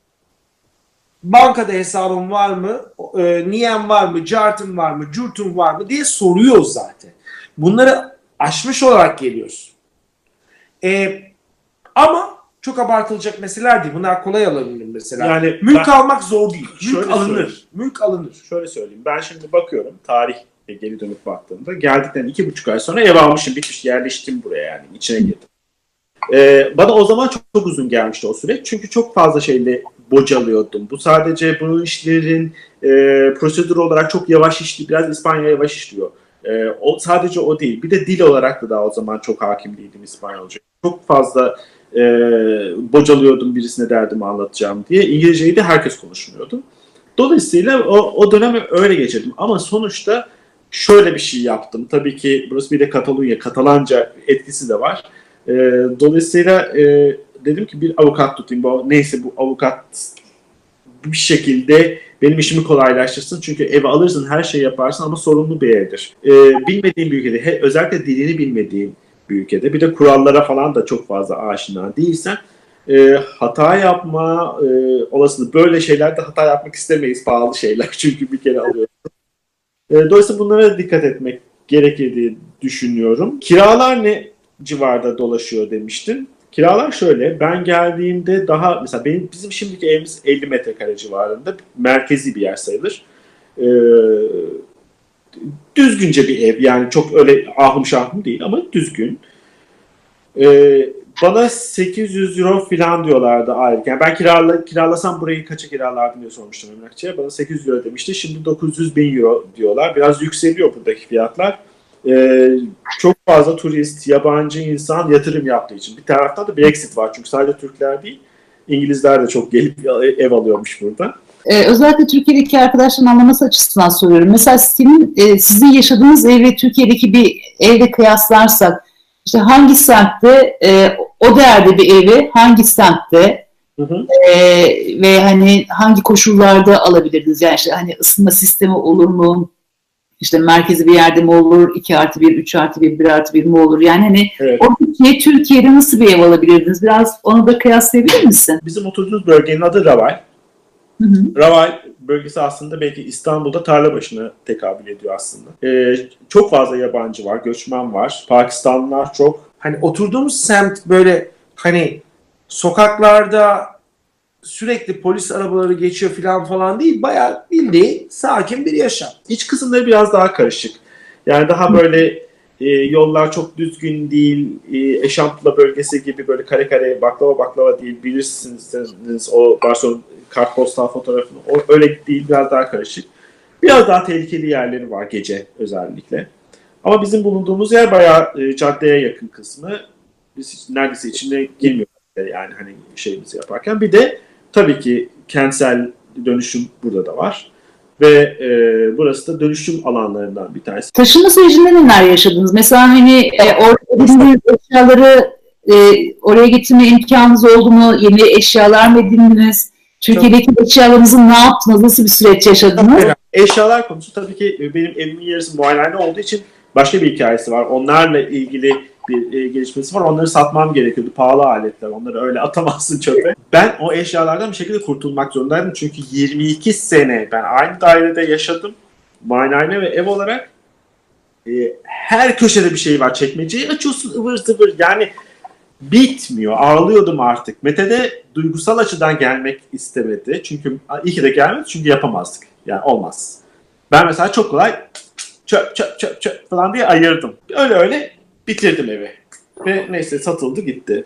bankada hesabın var mı, niyen var mı, cartın var mı, curtun var mı diye soruyor zaten. Bunları aşmış olarak geliyorsun. Ama çok abartılacak meseleler değil. Bunlar kolay alınır mesela. Yani mülk almak zor değil. Mülk alınır. Söyleyeyim. Mülk alınır. Şöyle söyleyeyim. Ben şimdi bakıyorum tarih geri dönüp baktığımda geldikten 2,5 ay sonra ev almışım, bitmiş, yerleştim buraya, yani içine girdim. Bana o zaman çok uzun gelmişti o süreç. Çünkü çok fazla şeyle bocalıyordum. Bu sadece bu işlerin prosedür olarak çok yavaş işliyor. Biraz İspanya yavaş işliyor. O sadece o değil. Bir de dil olarak da daha o zaman çok hakim değildim İspanyolca. Çok fazla bocalıyordum birisine derdimi anlatacağım diye. İngilizceyi de herkes konuşmuyordu. Dolayısıyla o dönemi öyle geçirdim. Ama sonuçta şöyle bir şey yaptım. Tabii ki burası bir de Katalanca etkisi de var. Dolayısıyla dedim ki bir avukat tutayım. Neyse bu avukat bir şekilde benim işimi kolaylaştırsın. Çünkü evi alırsın, her şeyi yaparsın ama sorunlu bir evdir. Bilmediğim bir ülkede, özellikle dilini bilmediğim bir ülkede, bir de kurallara falan da çok fazla aşina değilsen hata yapma olasılığı, böyle şeylerde hata yapmak istemeyiz, pahalı şeyler çünkü bir kere alıyoruz. Dolayısıyla bunlara dikkat etmek gerekir diye düşünüyorum. Kiralar ne civarda dolaşıyor demiştin. Kiralar şöyle, ben geldiğimde daha mesela bizim şimdiki evimiz 50 metrekare civarında, merkezi bir yer sayılır. Düzgünce bir ev, yani çok öyle ahım şahım değil ama düzgün. Bana 800 euro falan diyorlardı aylık. Yani ben kiralasam burayı kaça kiralardım diye sormuştum emlakçıya. Bana 800 euro demişti. Şimdi 900 bin euro diyorlar. Biraz yükseliyor buradaki fiyatlar. Çok fazla turist, yabancı insan yatırım yaptığı için. Bir taraftan da Brexit var. Çünkü sadece Türkler değil, İngilizler de çok gelip ev alıyormuş burada. Özellikle Türkiye'deki arkadaşların anlaması açısından soruyorum. Mesela sizin yaşadığınız ev ve Türkiye'deki bir evle kıyaslarsak, işte hangi semtte o değerde bir evi, hangi semtte Hı hı. Ve hani hangi koşullarda alabilirdiniz? Yani işte hani ısınma sistemi olur mu? İşte merkezi bir yerde mi olur? 2+1, 3+1, 1+1 mi olur? Yani hani Evet. o Türkiye'de nasıl bir ev alabilirdiniz? Biraz onu da kıyaslayabilir misin? Bizim oturduğumuz bölgenin adı Ravay. Hı hı. Ravay bölgesi aslında belki İstanbul'da Tarlabaşı'na tekabül ediyor aslında. Çok fazla yabancı var, göçmen var, Pakistanlılar çok. Hani oturduğumuz semt böyle hani sokaklarda sürekli polis arabaları geçiyor falan değil. Bayağı bildiğin sakin bir yaşam. İç kısımları biraz daha karışık. Yani daha böyle yollar çok düzgün değil, Eşantula bölgesi gibi böyle kare kare baklava değil, bilirsiniz o Barcelona kartpostal fotoğrafını. O öyle değil, biraz daha karışık. Biraz daha tehlikeli yerleri var gece özellikle. Ama bizim bulunduğumuz yer bayağı caddeye yakın kısmı. Biz neredeyse içine girmiyoruz yani hani şeyimizi yaparken. Bir de tabii ki kentsel dönüşüm burada da var. Ve burası da dönüşüm alanlarından bir tanesi. Taşınma sürecinde neler yaşadınız? Mesela hani orada edindiğiniz eşyaları oraya getirme imkanınız oldu mu? Yeni eşyalar mı edindiniz? Türkiye'deki eşyalarınızı ne yaptınız? Nasıl bir süreç yaşadınız? Eşyalar konusu tabii ki benim evimin yarısı muayenehane olduğu için başka bir hikayesi var. Onlarla ilgili bir gelişmesi var. Onları satmam gerekiyordu. Pahalı aletler. Onları öyle atamazsın çöpe. Ben o eşyalardan bir şekilde kurtulmak zorundaydım. Çünkü 22 sene ben aynı dairede yaşadım. Muayenehane ve ev olarak her köşede bir şey var. Çekmeceyi açıyorsun ıvır zıvır. Yani bitmiyor. Ağlıyordum artık. Mete de duygusal açıdan gelmek istemedi. Çünkü iyi ki de gelmedi. Çünkü yapamazdık. Yani olmaz. Ben mesela çok kolay çöp falan diye ayırdım. Öyle bitirdim evi. Ve neyse satıldı gitti.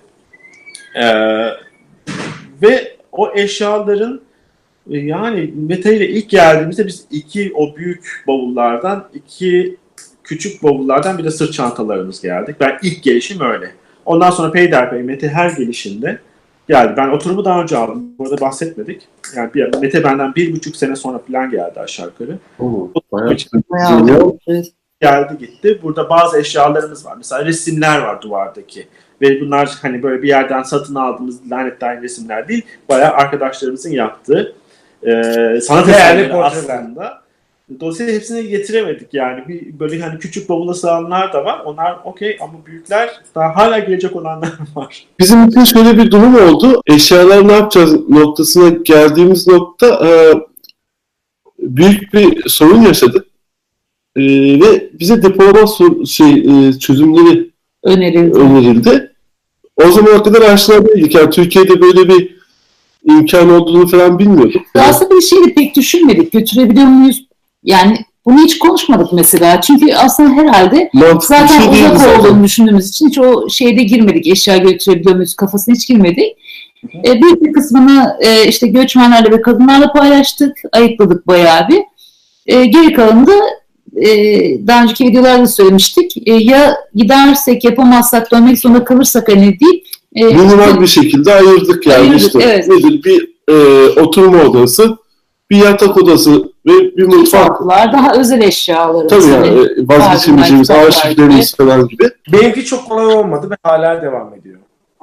Ve o eşyaların yani Mete ile ilk geldiğimizde biz o büyük bavullardan 2 küçük bavullardan bir de sırt çantalarımız geldik. Ben ilk gelişim öyle. Ondan sonra peyderpey Mete her gelişinde geldi. Ben oturumu daha önce aldım. Bu arada bahsetmedik. Yani Mete benden 1,5 sene sonra falan geldi aşağı yukarı. Bayağı. Geldi gitti. Burada bazı eşyalarımız var. Mesela resimler var duvardaki. Ve bunlar hani böyle bir yerden satın aldığımız lanetli resimler değil. Bayağı arkadaşlarımızın yaptığı sanat eserleri aslında. Dolayısıyla hepsini getiremedik yani. Böyle hani küçük bavula sığanlar da var. Onlar okey ama büyükler daha hala gelecek olanlar var. Bizim için şöyle bir durum oldu. Eşyalar ne yapacağız noktasına geldiğimiz nokta büyük bir sorun yaşadık. Ve bize depolama çözümleri önerildi. O zamana kadar aşina değildik. Yani Türkiye'de böyle bir imkan olduğunu falan bilmiyorduk. Aslında bir şeyi de pek düşünmedik. Götürebiliyor muyuz? Yani bunu hiç konuşmadık mesela. Çünkü aslında herhalde zaten uzak olduğunu düşündüğümüz için hiç o şeyde girmedik. Eşya götürebiliyor muyuz kafasına hiç girmedik. Büyük bir kısmını işte göçmenlerle ve kadınlarla paylaştık. Ayıkladık bayağı bir. Geri kalanı da daha önceki videolarda söylemiştik. Ya gidersek yapamazsak dönmek zorunda kalırsak hani değil. Minimal bir şekilde ayırdık yani. Ayırdık, işte. Evet. Nedir? Bir oturma odası, bir yatak odası ve bir mutfak. Daha özel eşyaları. Tabii yani vazgeçemeyeceğimiz arşivlerimiz falan gibi. Benimki çok kolay olmadı ve hala devam ediyor.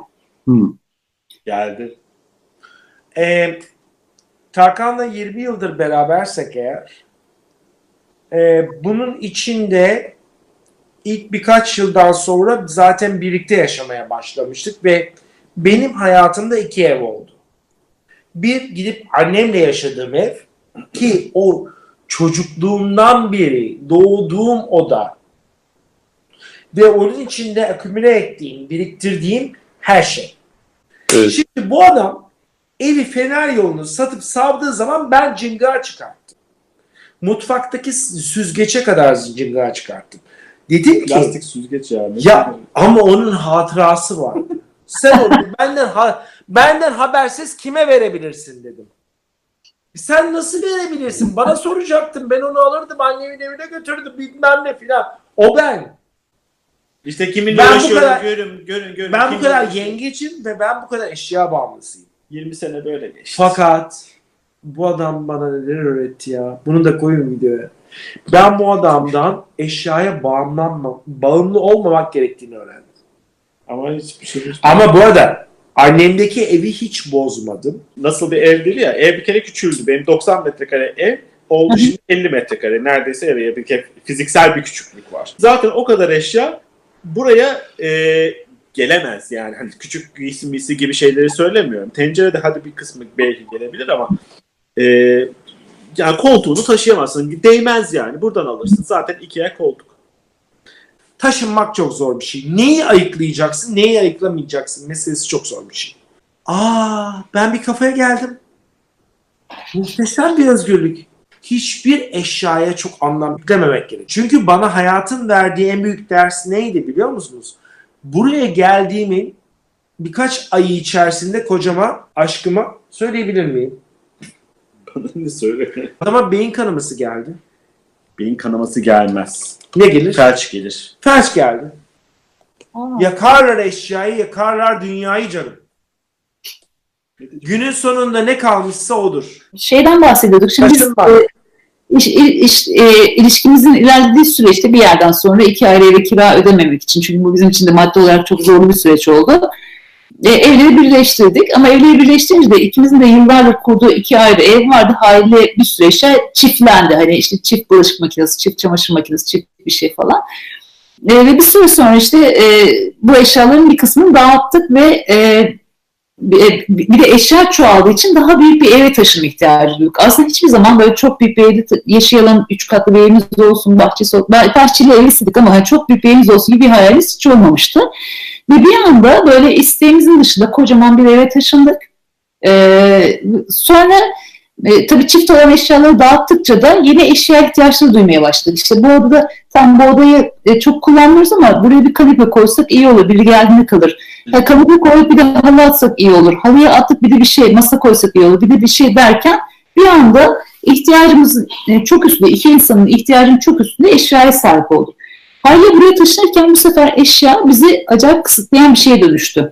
Geldi. Tarkan'la 20 yıldır berabersek eğer bunun içinde ilk birkaç yıldan sonra zaten birlikte yaşamaya başlamıştık ve benim hayatımda 2 ev oldu. Bir gidip annemle yaşadığım ev ki o çocukluğumdan beri doğduğum oda ve onun içinde akümüle ettiğim, biriktirdiğim her şey. Evet. Şimdi bu adam evi Fener yolunu satıp savdığı zaman ben cıngar çıkarttım. Mutfaktaki süzgece kadar cıngar çıkarttım. Dedim ki Plastik süzgeç yani. ya ama onun hatırası var. Sen onu benden habersiz kime verebilirsin dedim. Sen nasıl verebilirsin? Bana soracaktın. Ben onu alırdım. Annemin evine götürdüm. Bilmem ne filan. O ben. İşte kiminle Ben bu uğraşıyorum kadar- görün. Ben bu Kiminle kadar uğraşıyorum? yengecim ve ben bu kadar eşya bağımlısıyım. 20 sene böyle geçti. Fakat bu adam bana neler öğretti ya. Bunu da koyun videoya. Ben bu adamdan eşyaya bağımlı olmamak gerektiğini öğrendim. Ama hiçbir şey Ama bu arada Annemdeki evi hiç bozmadım. Nasıl bir ev dedi ya, ev bir kere küçüldü. Benim 90 metrekare ev oldu şimdi 50 metrekare. Neredeyse eve bir kere fiziksel bir küçüklük var. Zaten o kadar eşya buraya gelemez yani. Hani küçük giysi gibi şeyleri söylemiyorum. Tencerede hadi bir kısmı belki gelebilir ama yani koltuğunu taşıyamazsın. Değmez yani. Buradan alırsın. Zaten IKEA koltuk. Taşınmak çok zor bir şey. Neyi ayıklayacaksın, neyi ayıklamayacaksın meselesi çok zor bir şey. Ben bir kafaya geldim. Muhteşem bir özgürlük. Hiçbir eşyaya çok anlam yüklememek gerek. Çünkü bana hayatın verdiği en büyük ders neydi biliyor musunuz? Buraya geldiğimin birkaç ayı içerisinde kocama, aşkıma söyleyebilir miyim? Bana ne söyle? Adama beyin kanaması geldi. Beyin kanaması gelmez. Ne gelir? Felç gelir. Felç geldi. Yakarlar eşyayı, yakarlar dünyayı canım. Günün sonunda ne kalmışsa odur. Şeyden bahsediyorduk. Şimdi biz ilişkimizin ilerlediği süreçte bir yerden sonra 2 ayrı eve kira ödememek için, çünkü bu bizim için de maddi olarak çok zorlu bir süreç oldu. Evleri birleştirdik ama evleri birleştirince de ikimizin de yıllardır kurduğu 2 ayrı ev vardı. Haliyle bir süreçte çiftlendi. Hani işte çift bulaşık makinesi, çift çamaşır makinesi, çift bir şey falan. Ve bir süre sonra işte bu eşyaların bir kısmını dağıttık ve bir de eşya çoğaldığı için daha büyük bir eve taşınma ihtiyacı duyduk. Aslında hiçbir zaman böyle çok büyük bir evde yaşayalım, 3 katlı bir evimiz olsun, bahçesi olsun. Bahçeli ev istedik ama çok büyük bir evimiz olsun gibi bir hayalimiz hiç olmamıştı. Ve bir anda böyle isteğimizin dışında kocaman bir eve taşındık. Sonra tabii çift olan eşyaları dağıttıkça da yeni eşya ihtiyaçları duymaya başladık. İşte bu odada, tam bu odayı çok kullanmıyoruz ama buraya bir kanepe koysak iyi olur, biri geldiğinde kalır. Kanepe koyup bir de halı atsak iyi olur. Halıya attık bir de bir şey, masa koysak iyi olur, bir de bir şey derken bir anda ihtiyacımızın çok üstünde, 2 insanın ihtiyacının çok üstünde eşyaya sahip olduk. Haliyle buraya taşınırken bu sefer eşya bizi acayip kısıtlayan bir şeye dönüştü.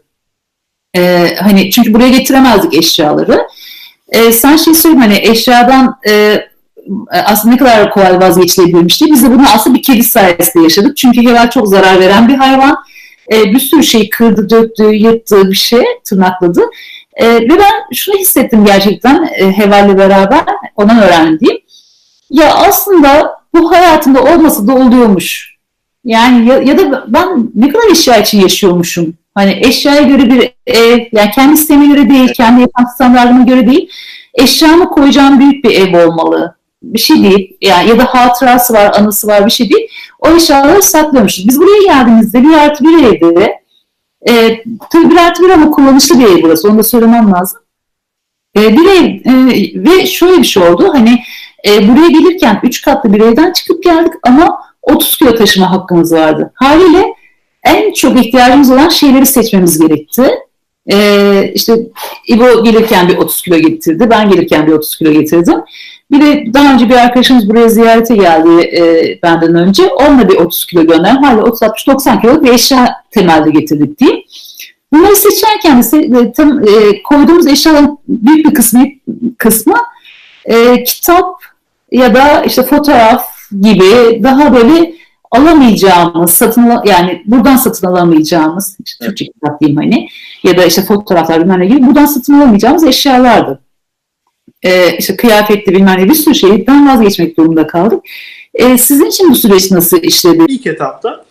Hani çünkü buraya getiremezdik eşyaları. Sen şey söyleyeyim, hani eşyadan aslında ne kadar kolay vazgeçilebilirmiş diye. Biz de bunu aslında bir kedi sayesinde yaşadık. Çünkü Heval çok zarar veren bir hayvan. Bir sürü şey kırdı, döktü, yırttı, bir şey tırnakladı. Ve ben şunu hissettim gerçekten Heval'le beraber, ondan öğrendiğim. Ya aslında bu hayatımda olmasa da oluyormuş. Yani ya da ben ne kadar eşya için yaşıyormuşum. Hani eşyaya göre bir ev, yani kendi isteğime göre değil, kendi yaşam standartıma göre değil, eşyamı koyacağım büyük bir ev olmalı. Bir şey değil. Yani ya da hatırası var, anısı var, bir şey değil. O eşyaları saklıyormuşuz. Biz buraya geldiğimizde 1+1 evde, tabii 1+1 ama kullanışlı bir ev burası, onu da söylemem lazım. Bir ev ve şöyle bir şey oldu, hani buraya gelirken 3 katlı bir evden çıkıp geldik ama 30 kilo taşıma hakkımız vardı. Haliyle en çok ihtiyacımız olan şeyleri seçmemiz gerekti. İşte İbo gelirken bir 30 kilo getirdi, ben gelirken bir 30 kilo getirdim. Bir de daha önce bir arkadaşımız buraya ziyarete geldi benden önce. Onunla bir 30 kilo gönderdim. Hala 30-60-90 kiloluk bir eşya temelde getirdik diyeyim. Bunları seçerken de koyduğumuz eşyaların büyük bir kısmı kitap ya da işte fotoğraf gibi daha böyle alamayacağımız, yani buradan satın alamayacağımız, işte Türkçe kitap diyeyim hani, ya da işte fotoğraflar bilmem ne gibi buradan satın alamayacağımız eşyalardı. İşte kıyafetli bilmem ne bir sürü şeyden vazgeçmek durumunda kaldık. Sizin için bu süreç nasıl işledi? İlk etapta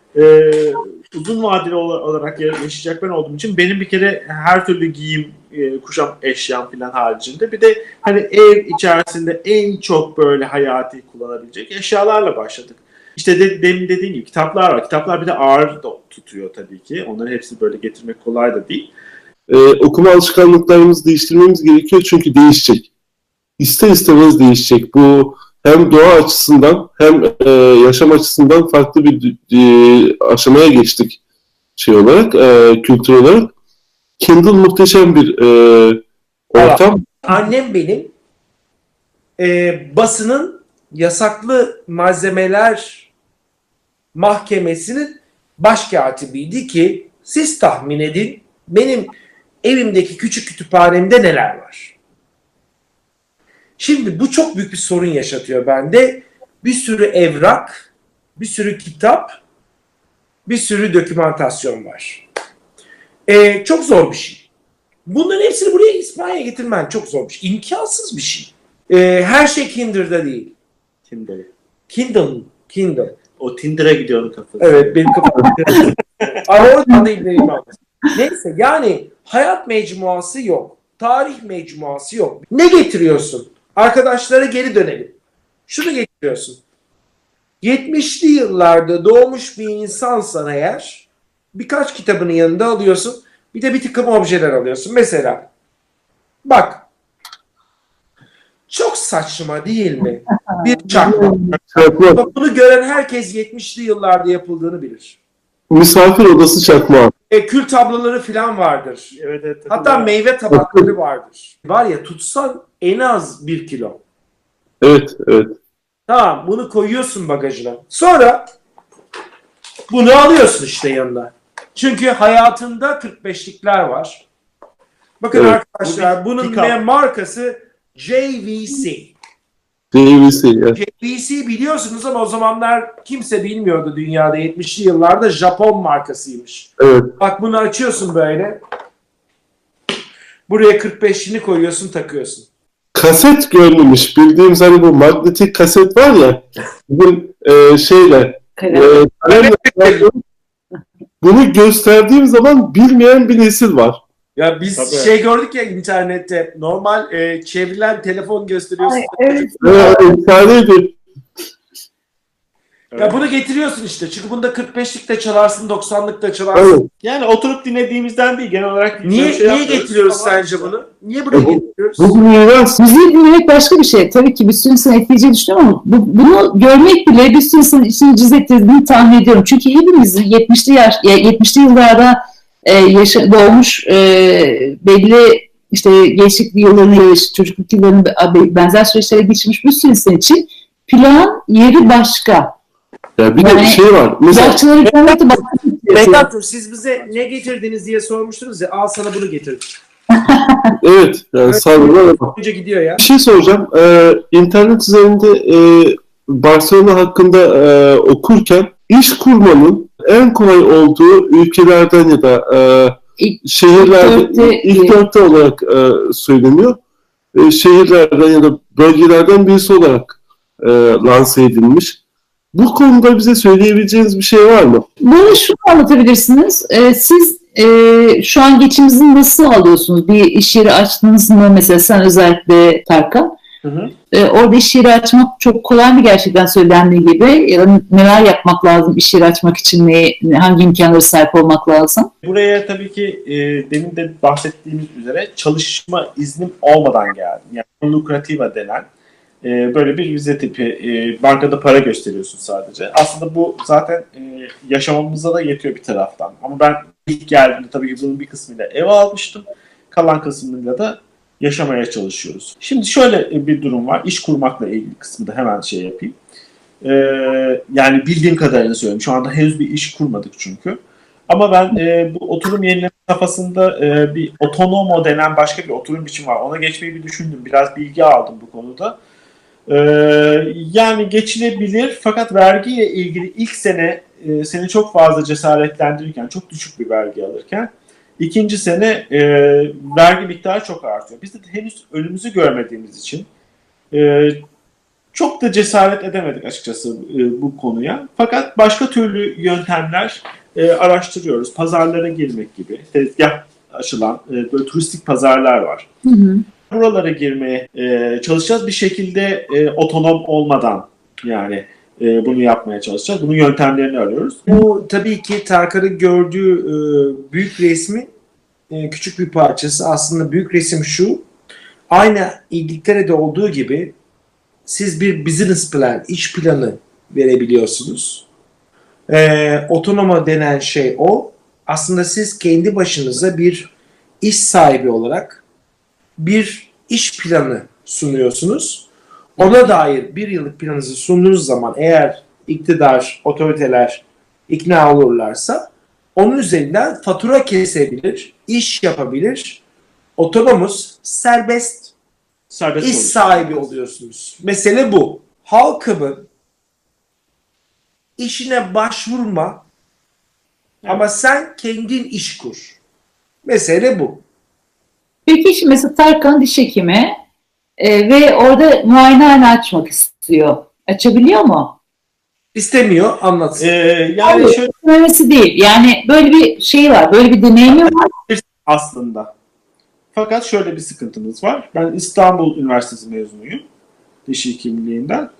uzun vadeli olarak yaşayacak ben olduğum için benim bir kere her türlü giyim, kuşam eşyam falan haricinde bir de hani ev içerisinde en çok böyle hayati kullanabilecek eşyalarla başladık. İşte demin dediğim gibi kitaplar var. Kitaplar bir de ağır da tutuyor tabii ki. Onların hepsini böyle getirmek kolay da değil. Okuma alışkanlıklarımızı değiştirmemiz gerekiyor çünkü değişecek. İster istemez değişecek. Bu hem doğa açısından hem yaşam açısından farklı bir aşamaya geçtik olarak, kültür olarak. Kindle muhteşem bir ortam. Annem benim basının yasaklı malzemeler mahkemesinin başkatibiydi ki siz tahmin edin benim evimdeki küçük kütüphanemde neler var. Şimdi bu çok büyük bir sorun yaşatıyor bende. Bir sürü evrak, bir sürü kitap, bir sürü dokümantasyon var. Çok zor bir şey. Bunların hepsini buraya İspanya'ya getirmen çok zormuş. İmkansız bir şey. Her şey Kinder'da değil. Kindle. O Tinder'a gidiyordu kafası. Evet, benim kafam. Ama oradan da İbn Neyse, yani hayat mecmuası yok. Tarih mecmuası yok. Ne getiriyorsun? Arkadaşlara geri dönelim. Şunu getiriyorsun. 70'li yıllarda doğmuş bir insansan eğer, birkaç kitabını yanında alıyorsun. Bir de bir takım objeler alıyorsun. Mesela bak, çok saçma değil mi? Bir çakmak. Bunu gören herkes 70'li yıllarda yapıldığını bilir. Misafir odası çakmağı. Kül tabloları falan vardır. Evet. Hatta meyve tabakları vardır. Var ya, tutsan en az 1 kilo. Evet. Tamam, bunu koyuyorsun bagajına. Sonra bunu alıyorsun işte yanına. Çünkü hayatında 45'likler var. Bakın Evet. arkadaşlar, bunun markası JVC. JVC. Evet. JVC biliyorsunuz ama o zamanlar kimse bilmiyordu dünyada. 70'li yıllarda Japon markasıymış. Evet. Bak, bunu açıyorsun böyle. Buraya 45'ini koyuyorsun, takıyorsun. Kaset görmemiş. Bildiğimiz hani bu magnetik kaset var ya. Bugün kalemle bunu gösterdiğim zaman bilmeyen bir nesil var. Ya biz Tabii. gördük ya internette. Normal çevrilen telefon gösteriyorsun. Ay, evet. Efsaneydi. Ya bunu getiriyorsun işte. Çünkü bunda 45'lik de çalarsın, 90'lık da çalarsın. Evet. Yani oturup dinlediğimizden değil, genel olarak Niye getiriyoruz Ama sence bunu? Niye buraya getiriyoruz? Bu miras. Müziği dinlemek başka bir şey. Tabii ki bir sürü insan etkileyeceğini düşünüyorum ama bunu görmek bile bir sürü insanın içini cız ettirdiğini tahmin ediyorum. Çünkü hepimiz 70'li yıllarda doğmuş, belli işte gençlik yıllarını, çocukluk yıllarını benzer süreçlere geçirmiş bir sürü insan için plan yeri başka. Ya bir de bir şey var. Mesela Yaşçıları görmekte başka bir şey. Bektatur, siz bize ne getirdiniz diye sormuştunuz ya. Al sana bunu getirdim. evet. Yani sağlıkla Önce gidiyor ya. bir şey soracağım. İnternet üzerinde Barcelona hakkında okurken iş kurmanın en kolay olduğu ülkelerden ya da şehirlerde ilk dörtte olarak söyleniyor. Şehirlerden ya da bölgelerden birisi olarak lanse edilmiş. Bu konuda bize söyleyebileceğiniz bir şey var mı? Bunu şunu anlatabilirsiniz. Siz şu an geçiminizi nasıl alıyorsunuz? Bir iş yeri açtınız mı? Mesela sen özellikle Tarkan. Orada iş yeri açmak çok kolay mı gerçekten söylendiği gibi? Ya da neler yapmak lazım iş yeri açmak için? Hangi imkanlara sahip olmak lazım? Buraya tabii ki demin de bahsettiğimiz üzere çalışma iznim olmadan geldim. Yani lukrativa denen böyle bir vize tipi. Bankada para gösteriyorsun sadece. Aslında bu zaten yaşamamıza da yetiyor bir taraftan. Ama ben ilk geldiğimde tabii ki bunun bir kısmıyla ev almıştım. Kalan kısmıyla da yaşamaya çalışıyoruz. Şimdi şöyle bir durum var. İş kurmakla ilgili kısmı da hemen yapayım. Yani bildiğim kadarıyla söylüyorum. Şu anda henüz bir iş kurmadık çünkü. Ama ben bu oturum yenileme kafasında bir otonomo denen başka bir oturum biçimi var. Ona geçmeyi bir düşündüm. Biraz bilgi aldım bu konuda. Yani geçilebilir fakat vergiyle ilgili ilk sene seni çok fazla cesaretlendirirken, çok düşük bir vergi alırken ikinci sene vergi miktarı çok artıyor. Biz de henüz önümüzü görmediğimiz için çok da cesaret edemedik açıkçası bu konuya. Fakat başka türlü yöntemler araştırıyoruz. Pazarlara girmek gibi, tezgah açılan böyle turistik pazarlar var. Buralara girmeye çalışacağız. Bir şekilde otonom olmadan yani bunu yapmaya çalışacağız. Bunun yöntemlerini arıyoruz. Bu tabii ki Tarkan'ın gördüğü büyük resmin küçük bir parçası. Aslında büyük resim şu. Aynı İngiltere'de olduğu gibi siz bir business plan, iş planı verebiliyorsunuz. Otonoma denen şey o. Aslında siz kendi başınıza bir iş sahibi olarak bir iş planı sunuyorsunuz. Ona dair bir yıllık planınızı sunduğunuz zaman eğer iktidar, otoriteler ikna olurlarsa onun üzerinden fatura kesebilir, iş yapabilir. Otonomuz, serbest iş sahibi oluyorsunuz. Mesele bu. Halkımın işine başvurma ama sen kendin iş kur. Mesele bu. Peki şimdi mesela Tarkan diş hekimi ve orada muayenehane açmak istiyor. Açabiliyor mu? İstemiyor, anlatsın. Yani Hayır, şöyle istememesi değil. Yani böyle bir şey var, böyle bir deneyimi var. aslında. Fakat şöyle bir sıkıntımız var. Ben İstanbul Üniversitesi mezunuyum. Diş hekimliğinden.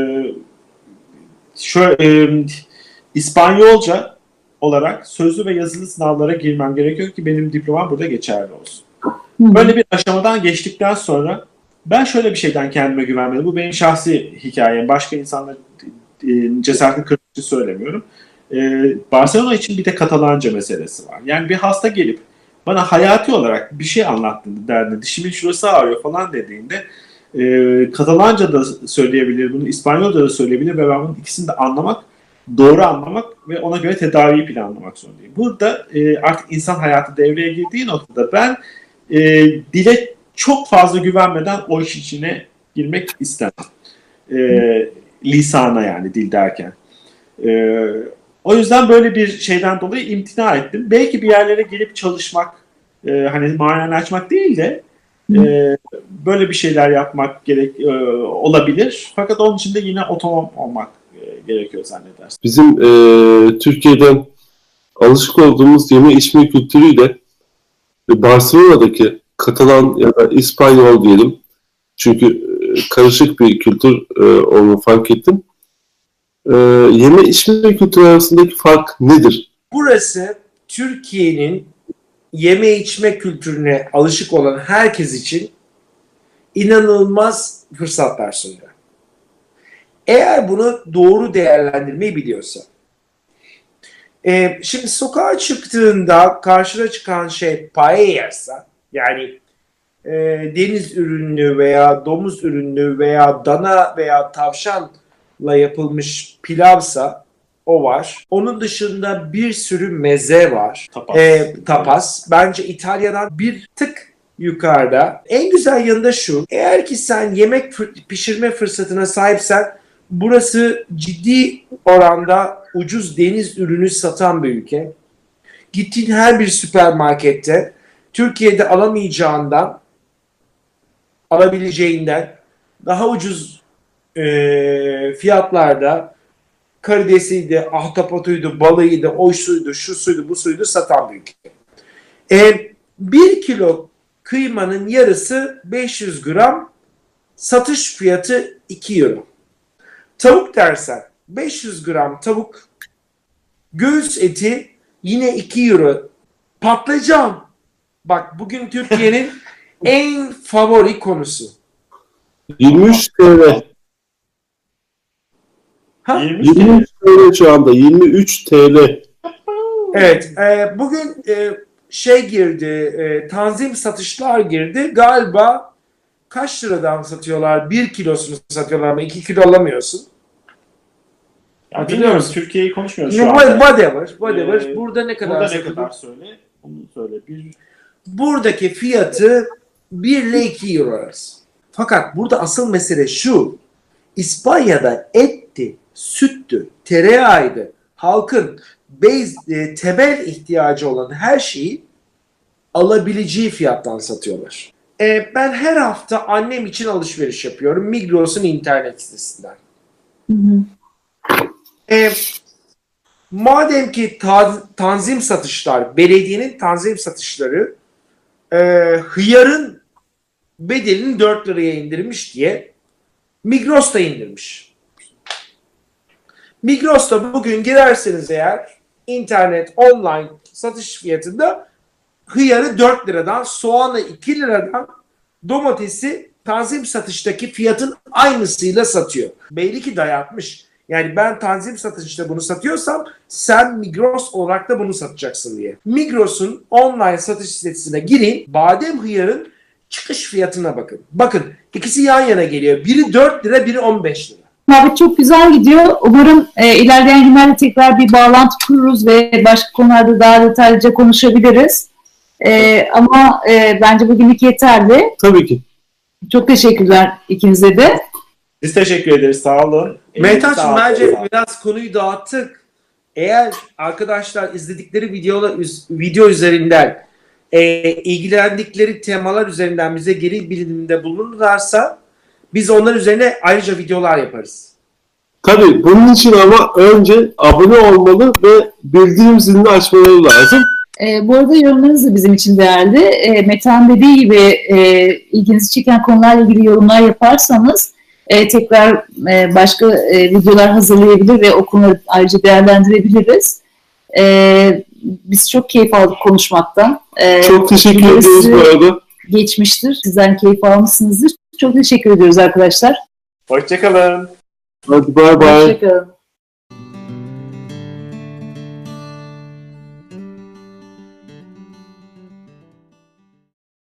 İspanyolca olarak sözlü ve yazılı sınavlara girmem gerekiyor ki benim diplomam burada geçerli olsun. Böyle bir aşamadan geçtikten sonra ben şöyle bir şeyden kendime güvenmedim. Bu benim şahsi hikayem. Başka insanlar cesaretini kırmak için söylemiyorum. Barcelona için bir de Katalanca meselesi var. Yani bir hasta gelip bana hayati olarak bir şey anlattığında derdinde dişimin şurası ağrıyor falan dediğinde Katalanca da söyleyebilir bunu, İspanyolca da söyleyebilir ve ben bunun ikisini de anlamak, doğru anlamak ve ona göre tedaviyi planlamak zorundayım. Burada artık insan hayatı devreye girdiği noktada ben dile çok fazla güvenmeden o iş içine girmek istemem. Lisana yani dil derken. O yüzden böyle bir şeyden dolayı imtina ettim. Belki bir yerlere gelip çalışmak, hani muayene açmak değil de böyle bir şeyler yapmak olabilir. Fakat onun için de yine otonom olmak gerekiyor zannedersin. Bizim Türkiye'den alışık olduğumuz yeme içme kültürüyle Barcelona'daki Katalan ya da İspanyol diyelim. Çünkü karışık bir kültür olduğunu fark ettim. Yeme içme kültürü arasındaki fark nedir? Burası Türkiye'nin yeme içme kültürüne alışık olan herkes için inanılmaz fırsatlar sunuyor. Eğer bunu doğru değerlendirmeyi biliyorsa. Şimdi sokağa çıktığında karşına çıkan şey paella'sa, yani deniz ürünlü veya domuz ürünlü veya dana veya tavşanla yapılmış pilavsa o var. Onun dışında bir sürü meze var. Tapas. Bence İtalya'dan bir tık yukarıda. En güzel yanı da şu. Eğer ki sen yemek pişirme fırsatına sahipsen burası ciddi oranda ucuz deniz ürünü satan bir ülke. Gittiğin her bir süpermarkette Türkiye'de alabileceğinden daha ucuz fiyatlarda karidesiydi, ahtapotuydu, balığıydı, oyşuydu, şu suydu, bu suydu satan bir ülke. 1 kilo kıymanın yarısı 500 gram, satış fiyatı 2 euro. Tavuk dersen 500 gram tavuk, göğüs eti yine 2 euro. Patlıcan. Bak bugün Türkiye'nin en favori konusu. 23 TL. 23 TL şu anda. 23 TL. Evet. Bugün girdi. Tanzim satışlar girdi. Galiba kaç liradan satıyorlar? 1 kilosunu satıyorlar ama 2 kilo alamıyorsun. Ya bilmiyorum. Türkiye'yi konuşmuyoruz şu anda. Whatever. Burada ne kadar burada ne kadar söyle? Onu söyle. Buradaki fiyatı 1 ile 2 euro arası. Fakat burada asıl mesele şu. İspanya'da etti, süttü, tereyağıydı. Halkın temel ihtiyacı olan her şeyi alabileceği fiyattan satıyorlar. Ben her hafta annem için alışveriş yapıyorum. Migros'un internet sitesinden. Madem ki tanzim satışlar, belediyenin tanzim satışları hıyarın bedelini 4 liraya indirmiş diye Migros da indirmiş. Migros'ta bugün girerseniz eğer internet online satış fiyatında hıyarı 4 liradan, soğanı 2 liradan, domatesi tanzim satıştaki fiyatın aynısıyla satıyor. Belli ki dayatmış. Yani ben tanzim satışta bunu satıyorsam sen Migros olarak da bunu satacaksın diye. Migros'un online satış sitesine girin, badem hıyarın çıkış fiyatına bakın. Bakın ikisi yan yana geliyor. Biri 4 lira, biri 15 lira. Muhabbet çok güzel gidiyor. Umarım ilerleyen günlerde tekrar bir bağlantı kururuz ve başka konularda daha detaylıca konuşabiliriz. Ama bence bugünlük yeterli. Tabii ki. Çok teşekkürler ikinize de. Biz teşekkür ederiz. Sağ olun. Mehtap'cığım bence biraz konuyu dağıttık. Eğer arkadaşlar izledikleri video üzerinden ilgilendikleri temalar üzerinden bize geri bildirimde bulunurlarsa biz onlar üzerine ayrıca videolar yaparız. Tabii bunun için ama önce abone olmalı ve bildirim zilini açmaları lazım. Bu arada yorumlarınız da bizim için değerli. Metehan dediği gibi ilginizi çeken konularla ilgili yorumlar yaparsanız tekrar başka videolar hazırlayabilir ve o konuları ayrıca değerlendirebiliriz. Biz çok keyif aldık konuşmaktan. Çok teşekkür ediyoruz bu arada. Geçmiştir. Sizden keyif almışsınızdır. Çok teşekkür ediyoruz arkadaşlar. Hoşçakalın. Hadi bay bay. Hoşçakalın.